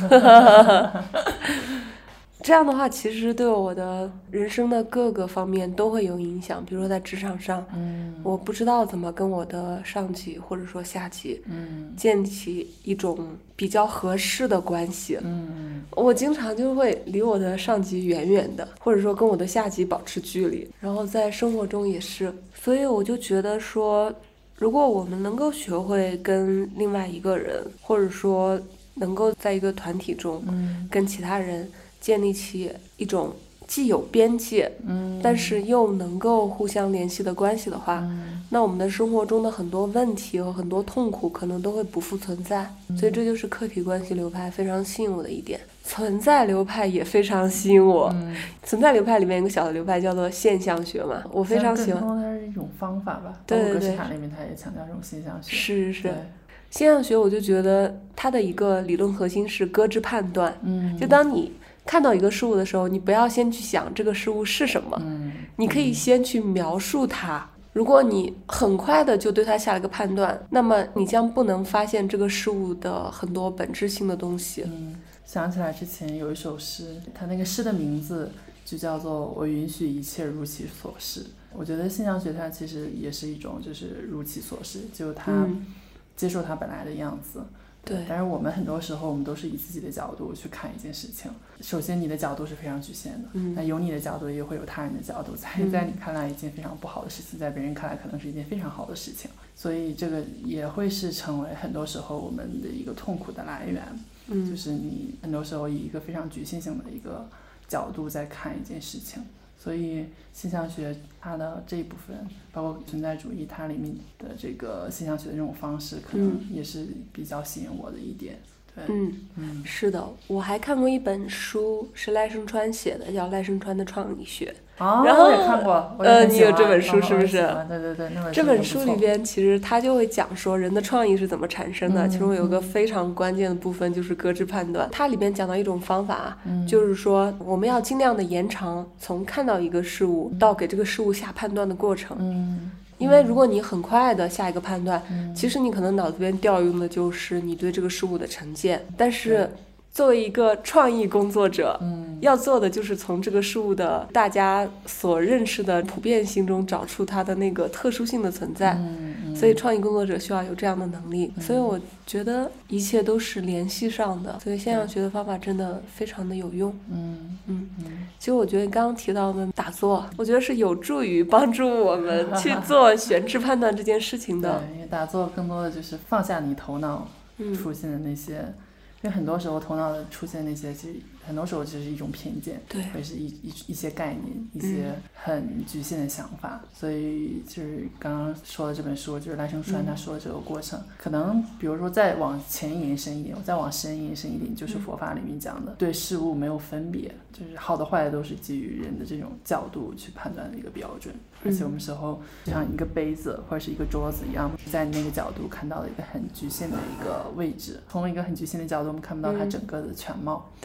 这样的话其实对我的人生的各个方面都会有影响，比如说在职场上，嗯，我不知道怎么跟我的上级或者说下级，嗯，建立起一种比较合适的关系，嗯，我经常就会离我的上级远远的，或者说跟我的下级保持距离，然后在生活中也是，所以我就觉得说，如果我们能够学会跟另外一个人，或者说能够在一个团体中，嗯，跟其他人建立起一种既有边界，嗯，但是又能够互相联系的关系的话，嗯，那我们的生活中的很多问题和很多痛苦可能都会不复存在，嗯，所以这就是客体关系流派非常吸引我的一点。存在流派也非常吸引我，嗯，存在流派里面有个小的流派叫做现象学嘛，我非常喜欢。 它是一种方法吧， 对对对， 包括格式塔里面它也强调这种现象学。 是是。现象学我就觉得它的一个理论核心是搁置判断，嗯，就当你看到一个事物的时候，你不要先去想这个事物是什么，嗯，你可以先去描述它。如果你很快的就对它下了个判断，那么你将不能发现这个事物的很多本质性的东西。 嗯，想起来之前有一首诗，它那个诗的名字就叫做我允许一切如其所是。我觉得现象学它其实也是一种就是如其所是，就它接受它本来的样子，嗯，对，但是我们很多时候我们都是以自己的角度去看一件事情，首先你的角度是非常局限的，嗯，那有你的角度也会有他人的角度，在在你看来一件非常不好的事情，在别人看来可能是一件非常好的事情，所以这个也会是成为很多时候我们的一个痛苦的来源，嗯，就是你很多时候以一个非常局限性的一个角度在看一件事情。所以现象学它的这一部分，包括存在主义它里面的这个现象学的这种方式，可能也是比较吸引我的一点。对， 嗯嗯，是的，我还看过一本书，是赖声川写的，叫《赖声川的创意学》。 哦， 然后我也看过，我也呃，你有这本书是不是？ 对对对，那本书这本书里边其实他就会讲说人的创意是怎么产生的，嗯，其中有个非常关键的部分就是搁置判断。它里边讲到一种方法，嗯，就是说我们要尽量的延长从看到一个事物到给这个事物下判断的过程。嗯，因为如果你很快的下一个判断，嗯，其实你可能脑子边调用的就是你对这个事物的成见，但是作为一个创意工作者，嗯，要做的就是从这个事物的大家所认识的普遍性中找出它的那个特殊性的存在，嗯嗯，所以创意工作者需要有这样的能力，嗯，所以我觉得一切都是联系上的，所以现象学的方法真的非常的有用。嗯嗯嗯，其实我觉得刚刚提到的打坐，我觉得是有助于帮助我们去做悬置判断这件事情的。 对，因为打坐更多的就是放下你头脑出现的那些，嗯，因为很多时候头脑的出现那些，其实很多时候就是一种偏见， 对， 会是一一一些概念，一些很局限的想法，嗯，所以就是刚刚说的这本书，就是赖声川他说的这个过程，嗯，可能比如说再往前延伸一点，我再往深延伸一点，就是佛法里面讲的，嗯，对事物没有分别，就是好的坏的都是基于人的这种角度去判断的一个标准，而且我们时候就像一个杯子或者是一个桌子一样，在那个角度看到了一个很局限的一个位置，从一个很局限的角度我们看不到它整个的全貌， 嗯，对对，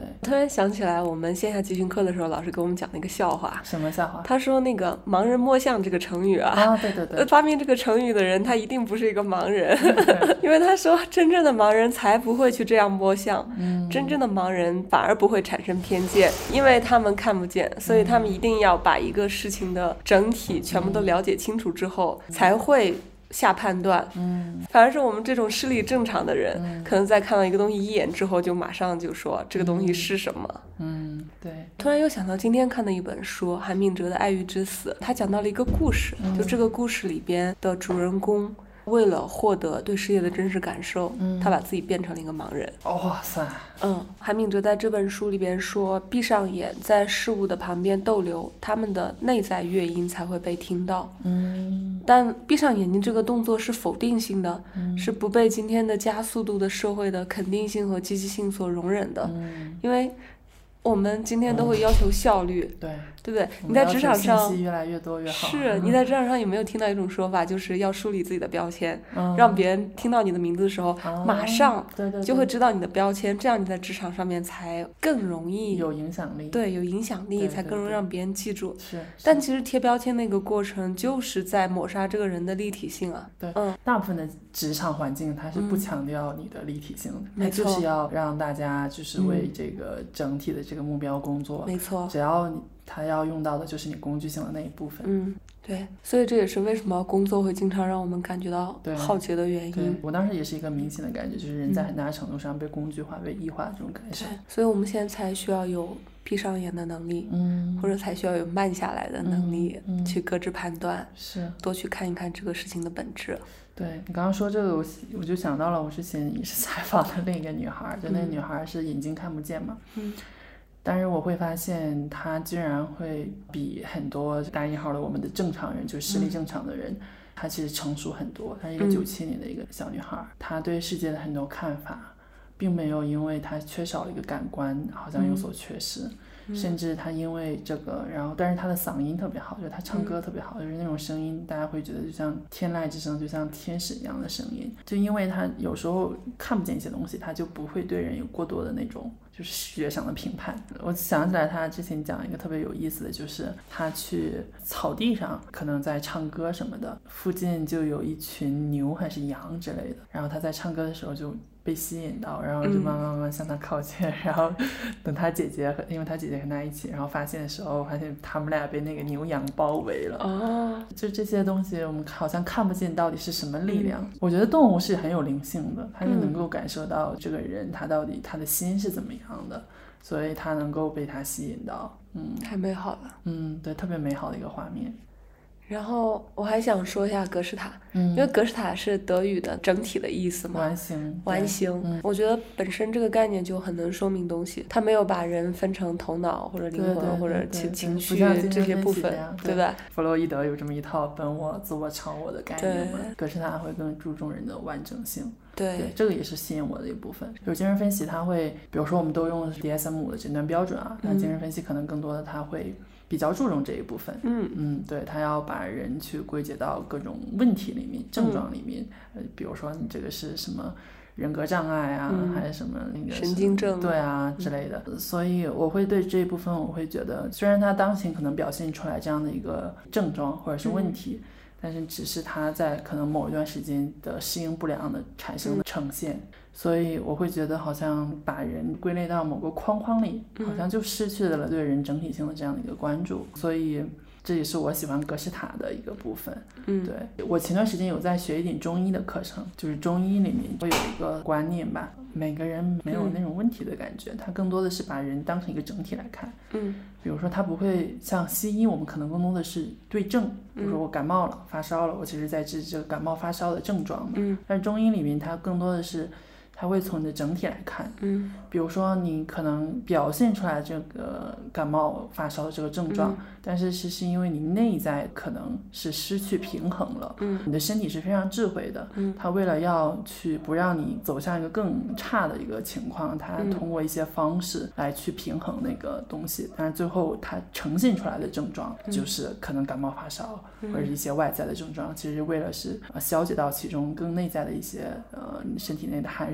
突然想起来我们线下集训课的时候老师给我们讲了一个笑话。 什么笑话？ 他说那个盲人摸象这个成语啊， 啊对对对， 发明这个成语的人他一定不是一个盲人因为他说真正的盲人才不会去这样摸象、嗯、真正的盲人反而不会产生偏见，因为他们看不见，所以他们一定要把一个事情的整体全部都了解清楚之后、嗯、才会下判断。嗯，反而是我们这种视力正常的人、嗯、可能在看到一个东西一眼之后就马上就说这个东西是什么。 嗯，嗯对。 突然又想到今天看的一本书韩炳哲的《爱欲之死》，他讲到了一个故事、嗯、就这个故事里边的主人公为了获得对世界的真实感受、嗯、他把自己变成了一个盲人。 哇塞。 嗯，韩炳哲在这本书里边说，闭上眼在事物的旁边逗留，他们的内在乐音才会被听到。嗯，但闭上眼睛这个动作是否定性的、嗯、是不被今天的加速度的社会的肯定性和积极性所容忍的。嗯，因为我们今天都会要求效率、嗯、对对不对？你在职场上信息越来越多越好。 是，你在职场上有没有听到一种说法，就是要梳理自己的标签、嗯、让别人听到你的名字的时候、嗯、马上就会知道你的标签、嗯、这样你在职场上面才更容易有影响力。 对，有影响力，才更容易让别人记住。 是， 但其实贴标签那个过程就是在抹杀这个人的立体性啊。 对，嗯，大部分的职场环境它是不强调你的立体性的、嗯、它就是要让大家就是为这个整体的这个目标工作。 没错， 只要你他要用到的就是你工具性的那一部分。 嗯，对，所以这也是为什么工作会经常让我们感觉到好奇的原因。 我当时也是一个明显的感觉，就是人在很大程度上被工具化、嗯、被异化的这种感受。 对，所以我们现在才需要有闭上眼的能力，嗯，或者才需要有慢下来的能力、嗯嗯、去搁置判断， 是多去看一看这个事情的本质。 对，你刚刚说这个我我就想到了我之前也是采访的另一个女孩，就那个女孩是眼睛看不见嘛，嗯，但是我会发现她居然会比很多大一号的我们的正常人，就是视力正常的人、嗯、她其实成熟很多。她是一个九七年的一个小女孩、嗯、她对世界的很多看法并没有因为她缺少了一个感官好像有所缺失、嗯、甚至她因为这个，然后但是她的嗓音特别好，就是她唱歌特别好、嗯、就是那种声音大家会觉得就像天籁之声，就像天使一样的声音。就因为她有时候看不见一些东西，她就不会对人有过多的那种就是视觉上的评判。我想起来他之前讲一个特别有意思的，就是他去草地上可能在唱歌什么的，附近就有一群牛还是羊之类的，然后他在唱歌的时候就被吸引到，然后就慢慢慢慢向他靠近、嗯、然后等他姐姐和因为他姐姐跟他一起，然后发现的时候发现他们俩被那个牛羊包围了。哦，就这些东西我们好像看不见到底是什么力量、嗯、我觉得动物是很有灵性的，它是能够感受到这个人他到底他的心是怎么样的，所以他能够被他吸引到。嗯， 太美好了。 嗯，对，特别美好的一个画面。 然后我还想说一下格式塔、嗯、因为格式塔是德语的整体的意思嘛， 完形完形、嗯、我觉得本身这个概念就很能说明东西，它没有把人分成头脑或者灵魂对对对或者情情绪这些部分， 对, 对吧？ 弗洛伊德有这么一套本我自我超我的概念嘛，格式塔会更注重人的完整性。 对, 对，这个也是吸引我的一部分。有精神分析它会比如说我们都用的是 D S M 五 的诊断标准啊，那、嗯、精神分析可能更多的它会比较注重这一部分。嗯嗯，对，他要把人去归结到各种问题里面、症状里面、嗯、呃，比如说你这个是什么人格障碍啊、嗯、还是什么那个神经症， 对啊之类的、嗯、所以我会对这一部分我会觉得，虽然他当前可能表现出来这样的一个症状或者是问题、嗯，但是只是他在可能某一段时间的适应不良的产生的呈现、嗯、所以我会觉得好像把人归类到某个框框里、嗯、好像就失去了对人整体性的这样的一个关注，所以这也是我喜欢格式塔的一个部分。嗯，对，我前段时间有在学一点中医的课程，就是中医里面会有一个观念吧，每个人没有那种问题的感觉、嗯、他更多的是把人当成一个整体来看。嗯，比如说他不会像西医，我们可能更多的是对症，比如说我感冒了、发烧了，我其实在治这个感冒发烧的症状嘛。嗯，但是中医里面它更多的是它会从你的整体来看。嗯，比如说你可能表现出来这个感冒发烧的这个症状、嗯、但是是是因为你内在可能是失去平衡了。嗯，你的身体是非常智慧的。嗯，它为了要去不让你走向一个更差的一个情况，它通过一些方式来去平衡那个东西、嗯、但是最后它呈现出来的症状就是可能感冒发烧、嗯、或者一些外在的症状，其实为了是呃消解到其中更内在的一些呃身体内的寒热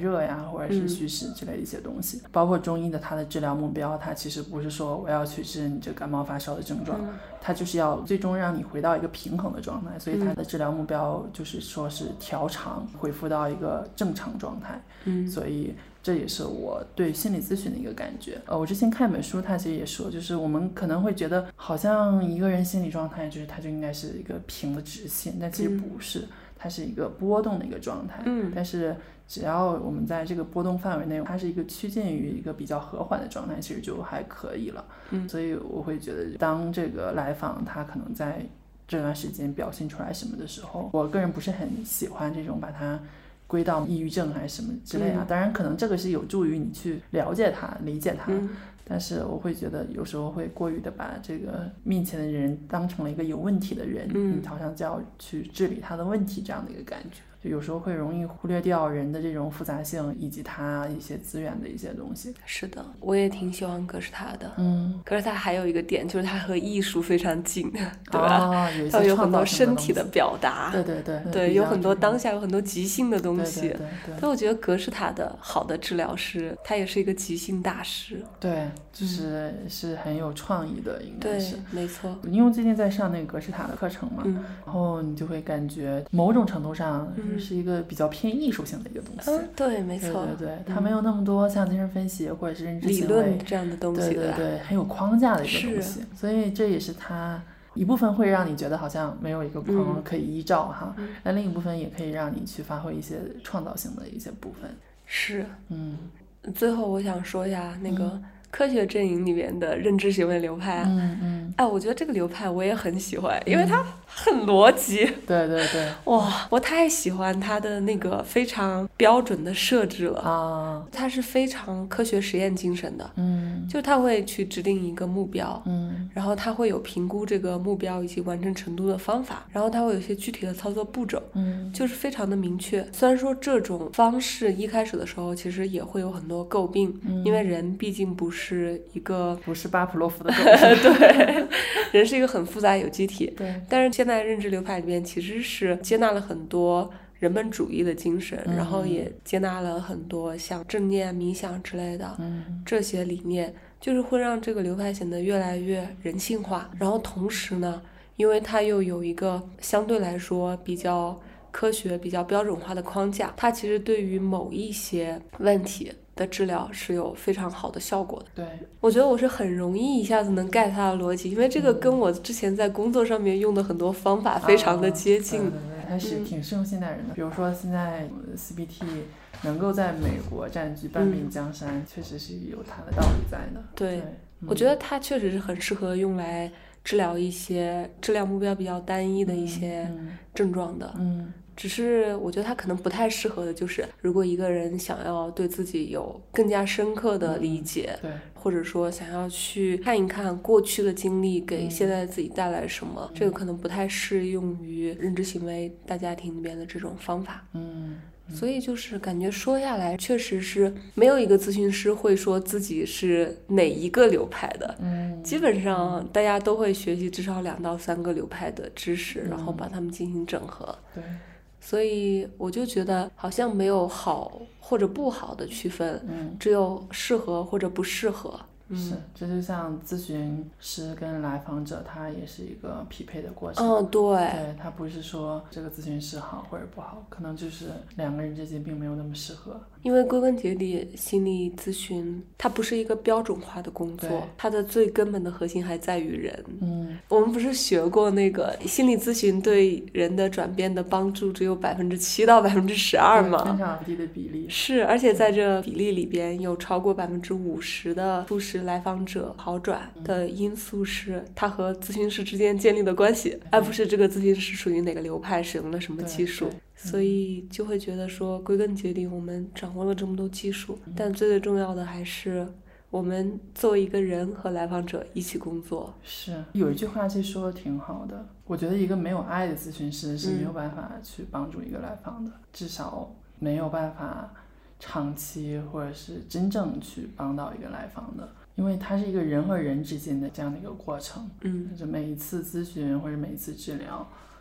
热呀，或者是虚实之类的一些东西、嗯、包括中医的它的治疗目标，它其实不是说我要去治你这感冒发烧的症状、嗯、它就是要最终让你回到一个平衡的状态，所以它的治疗目标就是说是调长，恢复到一个正常状态。嗯，所以这也是我对心理咨询的一个感觉。呃，我之前看一本书，他其实也说，就是我们可能会觉得好像一个人心理状态就是他就应该是一个平的直线，但其实不是、嗯、它是一个波动的一个状态。嗯，但是只要我们在这个波动范围内，它是一个趋近于一个比较和缓的状态，其实就还可以了。嗯，所以我会觉得当这个来访他可能在这段时间表现出来什么的时候，我个人不是很喜欢这种把它归到抑郁症还是什么之类啊、嗯、当然可能这个是有助于你去了解它理解它、嗯、但是我会觉得有时候会过于的把这个面前的人当成了一个有问题的人、嗯、你好像就要去治理他的问题这样的一个感觉，就有时候会容易忽略掉人的这种复杂性以及他一些资源的一些东西。 是的，我也挺喜欢格式塔的。嗯，格式塔还有一个点就是它和艺术非常近，对吧？哦，有一些它有很多身体的表达， 对对对对，有很多当下有很多即兴的东西。 对对对对。 但我觉得格式塔的好的治疗师，他也是一个即兴大师。 对，就是是很有创意的，应该是。 对，没错。 因为最近在上那个格式塔的课程嘛，嗯、然后你就会感觉某种程度上。嗯是一个比较偏艺术性的一个东西。 嗯，对，没错。 对对对，它没有那么多像精神分析或者是认知行为理论这样的东西。 对对对，很有框架的一个东西。所以这也是它一部分会让你觉得好像没有一个框可以依照哈，嗯、但另一部分也可以让你去发挥一些创造性的一些部分。 是， 嗯。 最后我想说一下那个。嗯科学阵营里面的认知行为流派啊， 嗯嗯， 哎，我觉得这个流派我也很喜欢，因为它很逻辑。 对对对， 哇，我太喜欢它的那个非常标准的设置了啊，它是非常科学实验精神的，嗯，就它会去制定一个目标，嗯，然后它会有评估这个目标以及完成程度的方法，然后它会有一些具体的操作步骤，嗯，就是非常的明确。虽然说这种方式一开始的时候其实也会有很多诟病，嗯，因为人毕竟不是。是一个不是巴甫洛夫的狗对，人是一个很复杂有机体。 对， 但是现在认知流派里面其实是接纳了很多人本主义的精神，嗯、然后也接纳了很多像正念、冥想之类的、嗯、这些理念，就是会让这个流派显得越来越人性化。然后同时呢，因为它又有一个相对来说比较科学、比较标准化的框架，它其实对于某一些问题的治疗是有非常好的效果的。 对， 我觉得我是很容易一下子能 get 它的逻辑，因为这个跟我之前在工作上面用的很多方法非常的接近。 啊、对对对，它是挺适用现代人的。嗯、比如说现在 C B T 能够在美国占据半壁江山、嗯，确实是有它的道理在的。 对， 对嗯、我觉得它确实是很适合用来治疗一些治疗目标比较单一的一些症状的。嗯。嗯只是我觉得他可能不太适合的就是如果一个人想要对自己有更加深刻的理解、 嗯、对， 或者说想要去看一看过去的经历给现在自己带来什么、嗯、这个可能不太适用于认知行为大家庭里面的这种方法。 嗯， 所以就是感觉说下来确实是没有一个咨询师会说自己是哪一个流派的，嗯，基本上大家都会学习至少两到三个流派的知识、嗯、然后把它们进行整合。 对， 所以我就觉得好像没有好或者不好的区分，嗯，只有适合或者不适合。 是，这就像咨询师跟来访者，他也是一个匹配的过程。 嗯，对， 对，他不是说这个咨询师好或者不好，可能就是两个人之间并没有那么适合。 因为归根结底，心理咨询它不是一个标准化的工作，它的最根本的核心还在于人。嗯，我们不是学过那个心理咨询对人的转变的帮助只有百分之七到百分之十二吗？ 非常低的比例。 是，而且在这比例里边有超过百分之五十的促使来访者好转的因素是他和咨询师之间建立的关系，而不是这个咨询师属于哪个流派，使用了什么技术。所以就会觉得说归根结底我们掌握了这么多技术、嗯、但最最重要的还是我们作为一个人和来访者一起工作。 是，有一句话其实说的挺好的，我觉得一个没有爱的咨询师是没有办法去帮助一个来访的、嗯、至少没有办法长期或者是真正去帮到一个来访的，因为它是一个人和人之间的这样的一个过程。嗯，就每一次咨询或者每一次治疗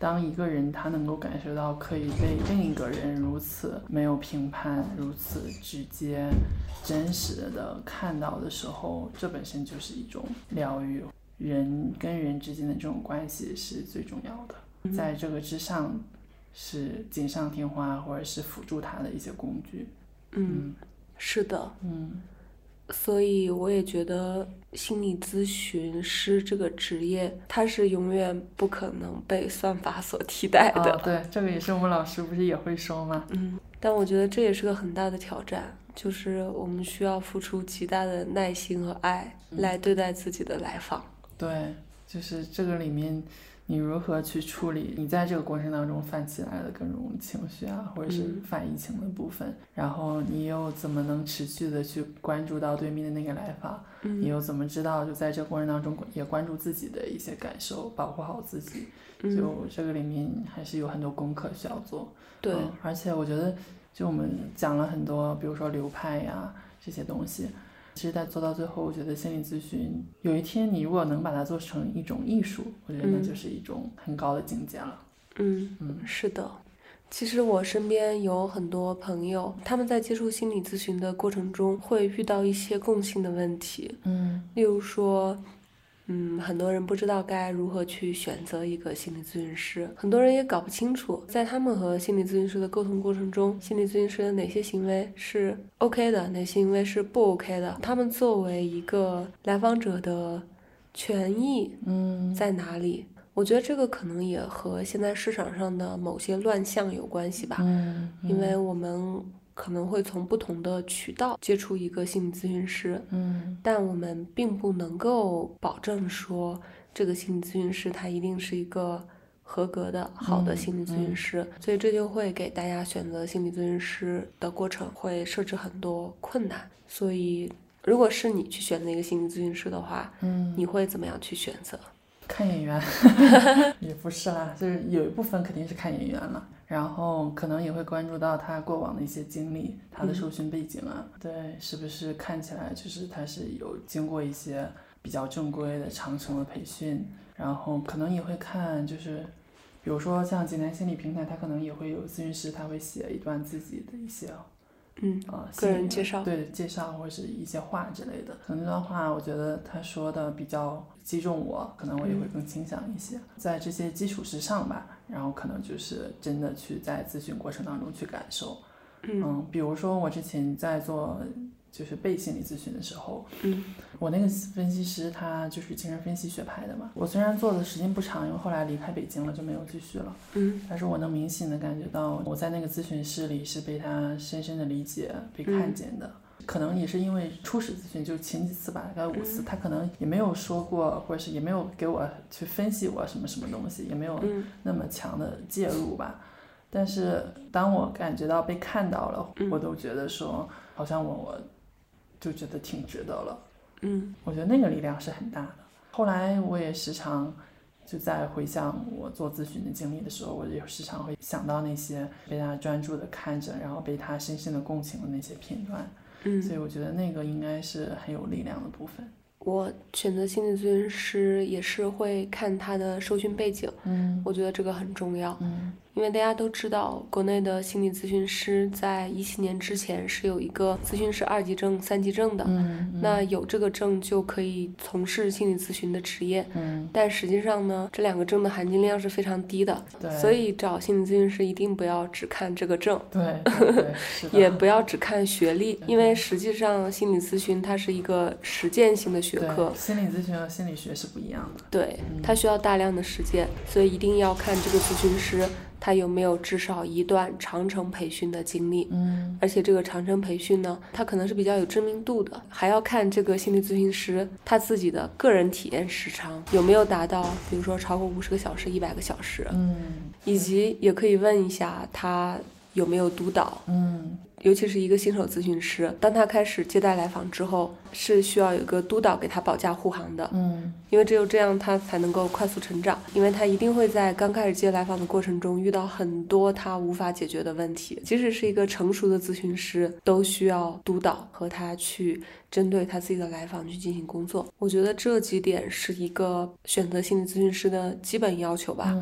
当一个人他能够感受到可以被另一个人如此没有评判，如此直接真实的看到的时候，这本身就是一种疗愈。人跟人之间的这种关系是最重要的，在这个之上是锦上添花或者是辅助他的一些工具。 嗯，是的。 嗯， 所以我也觉得心理咨询师这个职业，它是永远不可能被算法所替代的。 哦，对，这个也是我们老师不是也会说吗？ 嗯，但我觉得这也是个很大的挑战，就是我们需要付出极大的耐心和爱来对待自己的来访。 对，就是这个里面你如何去处理你在这个过程当中泛起来的各种情绪啊，或者是泛疫情的部分、嗯、然后你又怎么能持续的去关注到对面的那个来访、嗯、你又怎么知道就在这个过程当中也关注自己的一些感受，保护好自己、嗯、就这个里面还是有很多功课需要做。 对、 嗯、而且我觉得就我们讲了很多比如说流派呀这些东西，其实在做到最后，我觉得心理咨询有一天你如果能把它做成一种艺术，我觉得那就是一种很高的境界了。 嗯嗯，是的。其实我身边有很多朋友，他们在接触心理咨询的过程中会遇到一些共性的问题。 嗯， 例如说嗯，很多人不知道该如何去选择一个心理咨询师，很多人也搞不清楚，在他们和心理咨询师的沟通过程中，心理咨询师的哪些行为是 OK 的，哪些行为是不 OK 的，他们作为一个来访者的权益嗯在哪里、嗯、我觉得这个可能也和现在市场上的某些乱象有关系吧。 嗯， 嗯因为我们可能会从不同的渠道接触一个心理咨询师， 嗯， 但我们并不能够保证说这个心理咨询师他一定是一个合格的好的心理咨询师、嗯嗯、所以这就会给大家选择心理咨询师的过程会设置很多困难。所以如果是你去选择一个心理咨询师的话， 嗯， 你会怎么样去选择？ 看眼缘也不是啦，就是有一部分肯定是看眼缘了，然后可能也会关注到他过往的一些经历，他的受训背景啊、嗯、对，是不是看起来就是他是有经过一些比较正规的长程的培训，然后可能也会看就是比如说像济南心理平台，他可能也会有咨询师，他会写一段自己的一些嗯呃， 个人介绍， 对介绍或者是一些话之类的，可能那段话我觉得他说的比较击中我，可能我也会更倾向一些、嗯、在这些基础之上吧，然后可能就是真的去在咨询过程当中去感受。 嗯, 嗯比如说我之前在做就是被心理咨询的时候， 嗯， 我那个分析师他就是精神分析学派的嘛，我虽然做的时间不长，因为后来离开北京了就没有继续了， 嗯， 但是我能明显的感觉到我在那个咨询室里是被他深深的理解被看见的、嗯、可能也是因为初始咨询就前几次吧，大概五次、嗯、他可能也没有说过或者是也没有给我去分析我什么什么东西，也没有那么强的介入吧、嗯、但是当我感觉到被看到了、嗯、我都觉得说好像我我就觉得挺值得了。 嗯， 我觉得那个力量是很大的。后来我也时常就在回想我做咨询的经历的时候，我也时常会想到那些被他专注的看着，然后被他深深的共情的那些片段。 嗯， 所以我觉得那个应该是很有力量的部分。 我选择心理咨询师也是会看他的受训背景， 嗯， 我觉得这个很重要。 嗯， 因为大家都知道国内的心理咨询师在一七年之前是有一个咨询师二级证三级证的、 嗯嗯、 那有这个证就可以从事心理咨询的职业、 嗯、 但实际上呢这两个证的含金量是非常低的， 对， 所以找心理咨询师一定不要只看这个证， 对对对是的也不要只看学历，因为实际上心理咨询它是一个实践性的学科， 心理咨询和心理学是不一样的， 对、 嗯、 它需要大量的实践，所以一定要看这个咨询师他有没有至少一段长程培训的经历， 嗯， 而且这个长程培训呢，它可能是比较有知名度的，还要看这个心理咨询师他自己的个人体验时长有没有达到，比如说超过五十个小时、一百个小时， 嗯， 以及也可以问一下他有没有督导， 嗯， 尤其是一个新手咨询师，当他开始接待来访之后，是需要有一个督导给他保驾护航的， 嗯， 因为只有这样他才能够快速成长，因为他一定会在刚开始接来访的过程中遇到很多他无法解决的问题，即使是一个成熟的咨询师都需要督导和他去针对他自己的来访去进行工作。我觉得这几点是一个选择心理咨询师的基本要求吧。 嗯，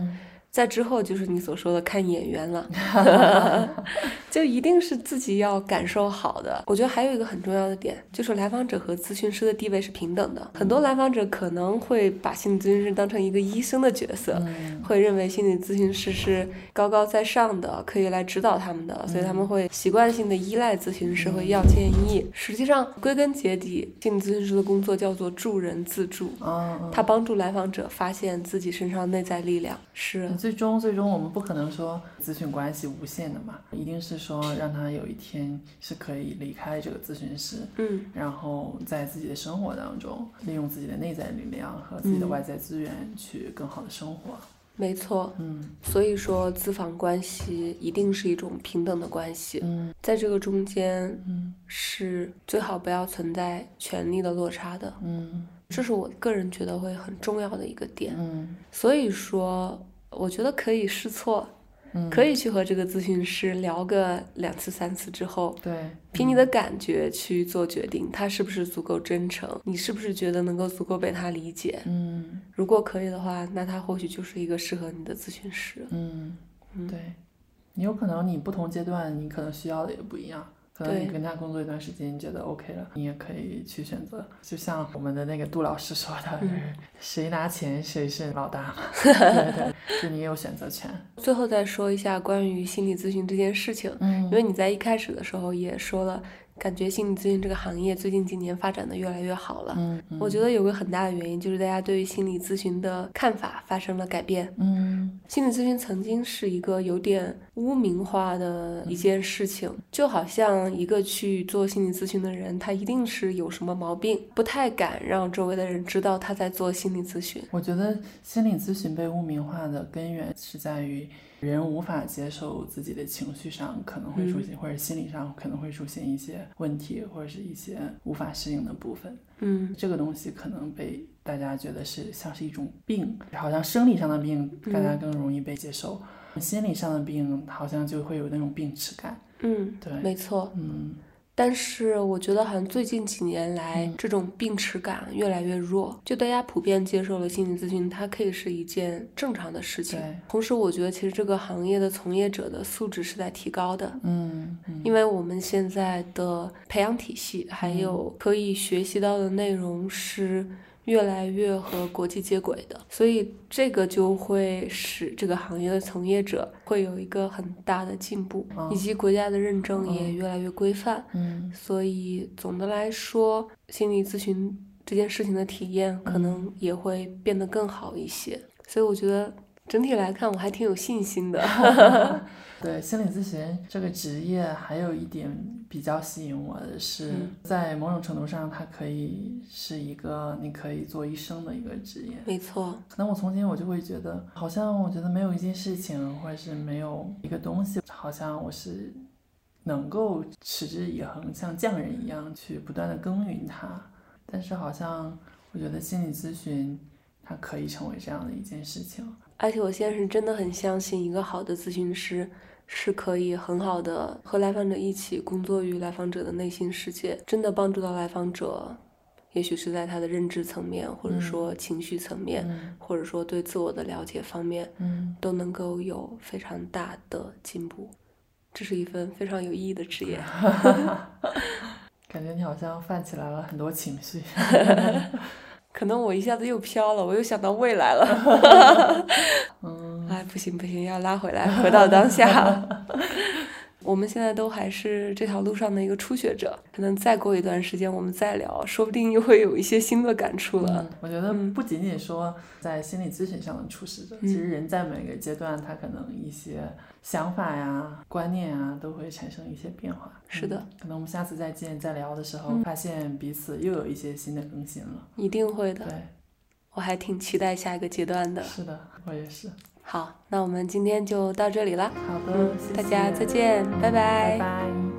在之后就是你所说的看眼缘了就一定是自己要感受好的。我觉得还有一个很重要的点，就是来访者和咨询师的地位是平等的。很多来访者可能会把心理咨询师当成一个医生的角色、嗯、会认为心理咨询师是高高在上的，可以来指导他们的、嗯、所以他们会习惯性的依赖咨询师，会要建议。实际上归根结底，心理咨询师的工作叫做助人自助、哦、他帮助来访者发现自己身上内在力量。是最终最终我们不可能说咨询关系无限的嘛，一定是说让他有一天是可以离开这个咨询师，嗯，然后在自己的生活当中利用自己的内在力量和自己的外在资源去更好的生活、嗯、 没错，嗯，所以说咨访关系一定是一种平等的关系，嗯，在这个中间，嗯，是最好不要存在权力的落差的，嗯，这是我个人觉得会很重要的一个点，嗯，所以说我觉得可以试错，嗯，可以去和这个咨询师聊个两次三次之后， 对， 凭你的感觉去做决定，他是不是足够真诚，你是不是觉得能够足够被他理解，嗯，如果可以的话，那他或许就是一个适合你的咨询师， 嗯，对，你有可能你不同阶段你可能需要的也不一样，可能你跟他工作一段时间你觉得 OK 了，你也可以去选择，就像我们的那个杜老师说的、嗯、谁拿钱谁是老大嘛对对，就你也有选择权。 最后再说一下关于心理咨询这件事情、嗯、因为你在一开始的时候也说了，感觉心理咨询这个行业最近几年发展的越来越好了，嗯嗯、我觉得有个很大的原因就是大家对于心理咨询的看法发生了改变，嗯，心理咨询曾经是一个有点污名化的一件事情、嗯、就好像一个去做心理咨询的人他一定是有什么毛病，不太敢让周围的人知道他在做心理咨询。 我觉得心理咨询被污名化的根源是在于人无法接受自己的情绪上可能会出现、嗯、或者心理上可能会出现一些问题，或者是一些无法适应的部分，嗯，这个东西可能被大家觉得是像是一种病，好像生理上的病大家更容易被接受、嗯、心理上的病好像就会有那种病耻感， 嗯，对，没错，嗯，但是我觉得好像最近几年来、嗯、这种病耻感越来越弱，就大家普遍接受了心理咨询它可以是一件正常的事情。同时我觉得其实这个行业的从业者的素质是在提高的，嗯，嗯，因为我们现在的培养体系还有可以学习到的内容是越来越和国际接轨的，所以这个就会使这个行业的从业者会有一个很大的进步、哦、以及国家的认证也越来越规范、嗯、所以总的来说心理咨询这件事情的体验可能也会变得更好一些、嗯、所以我觉得整体来看我还挺有信心的对，心理咨询这个职业还有一点比较吸引我的是、嗯、在某种程度上它可以是一个你可以做医生的一个职业。 没错， 可能我从前我就会觉得好像我觉得没有一件事情或者是没有一个东西好像我是能够持之以恒像匠人一样去不断的耕耘它，但是好像我觉得心理咨询它可以成为这样的一件事情。 而且我现在是真的很相信一个好的咨询师是可以很好的和来访者一起工作于来访者的内心世界，真的帮助到来访者，也许是在他的认知层面或者说情绪层面、嗯、或者说对自我的了解方面、嗯、都能够有非常大的进步，这是一份非常有意义的职业感觉你好像泛起来了很多情绪可能我一下子又飘了，我又想到未来了嗯，哎，不行不行，要拉回来，回到当下我们现在都还是这条路上的一个初学者，可能再过一段时间我们再聊，说不定又会有一些新的感触了、 嗯、我觉得不仅仅说在心理咨询上的初始者、嗯、其实人在每个阶段他可能一些想法呀观念啊都会产生一些变化。 是的、 嗯、可能我们下次再见再聊的时候、嗯、发现彼此又有一些新的更新了。 一定会的， 对， 我还挺期待下一个阶段的。 是的，我也是。 好，那我们今天就到这里了。 好的、嗯、谢谢大家再见，拜拜。 拜拜。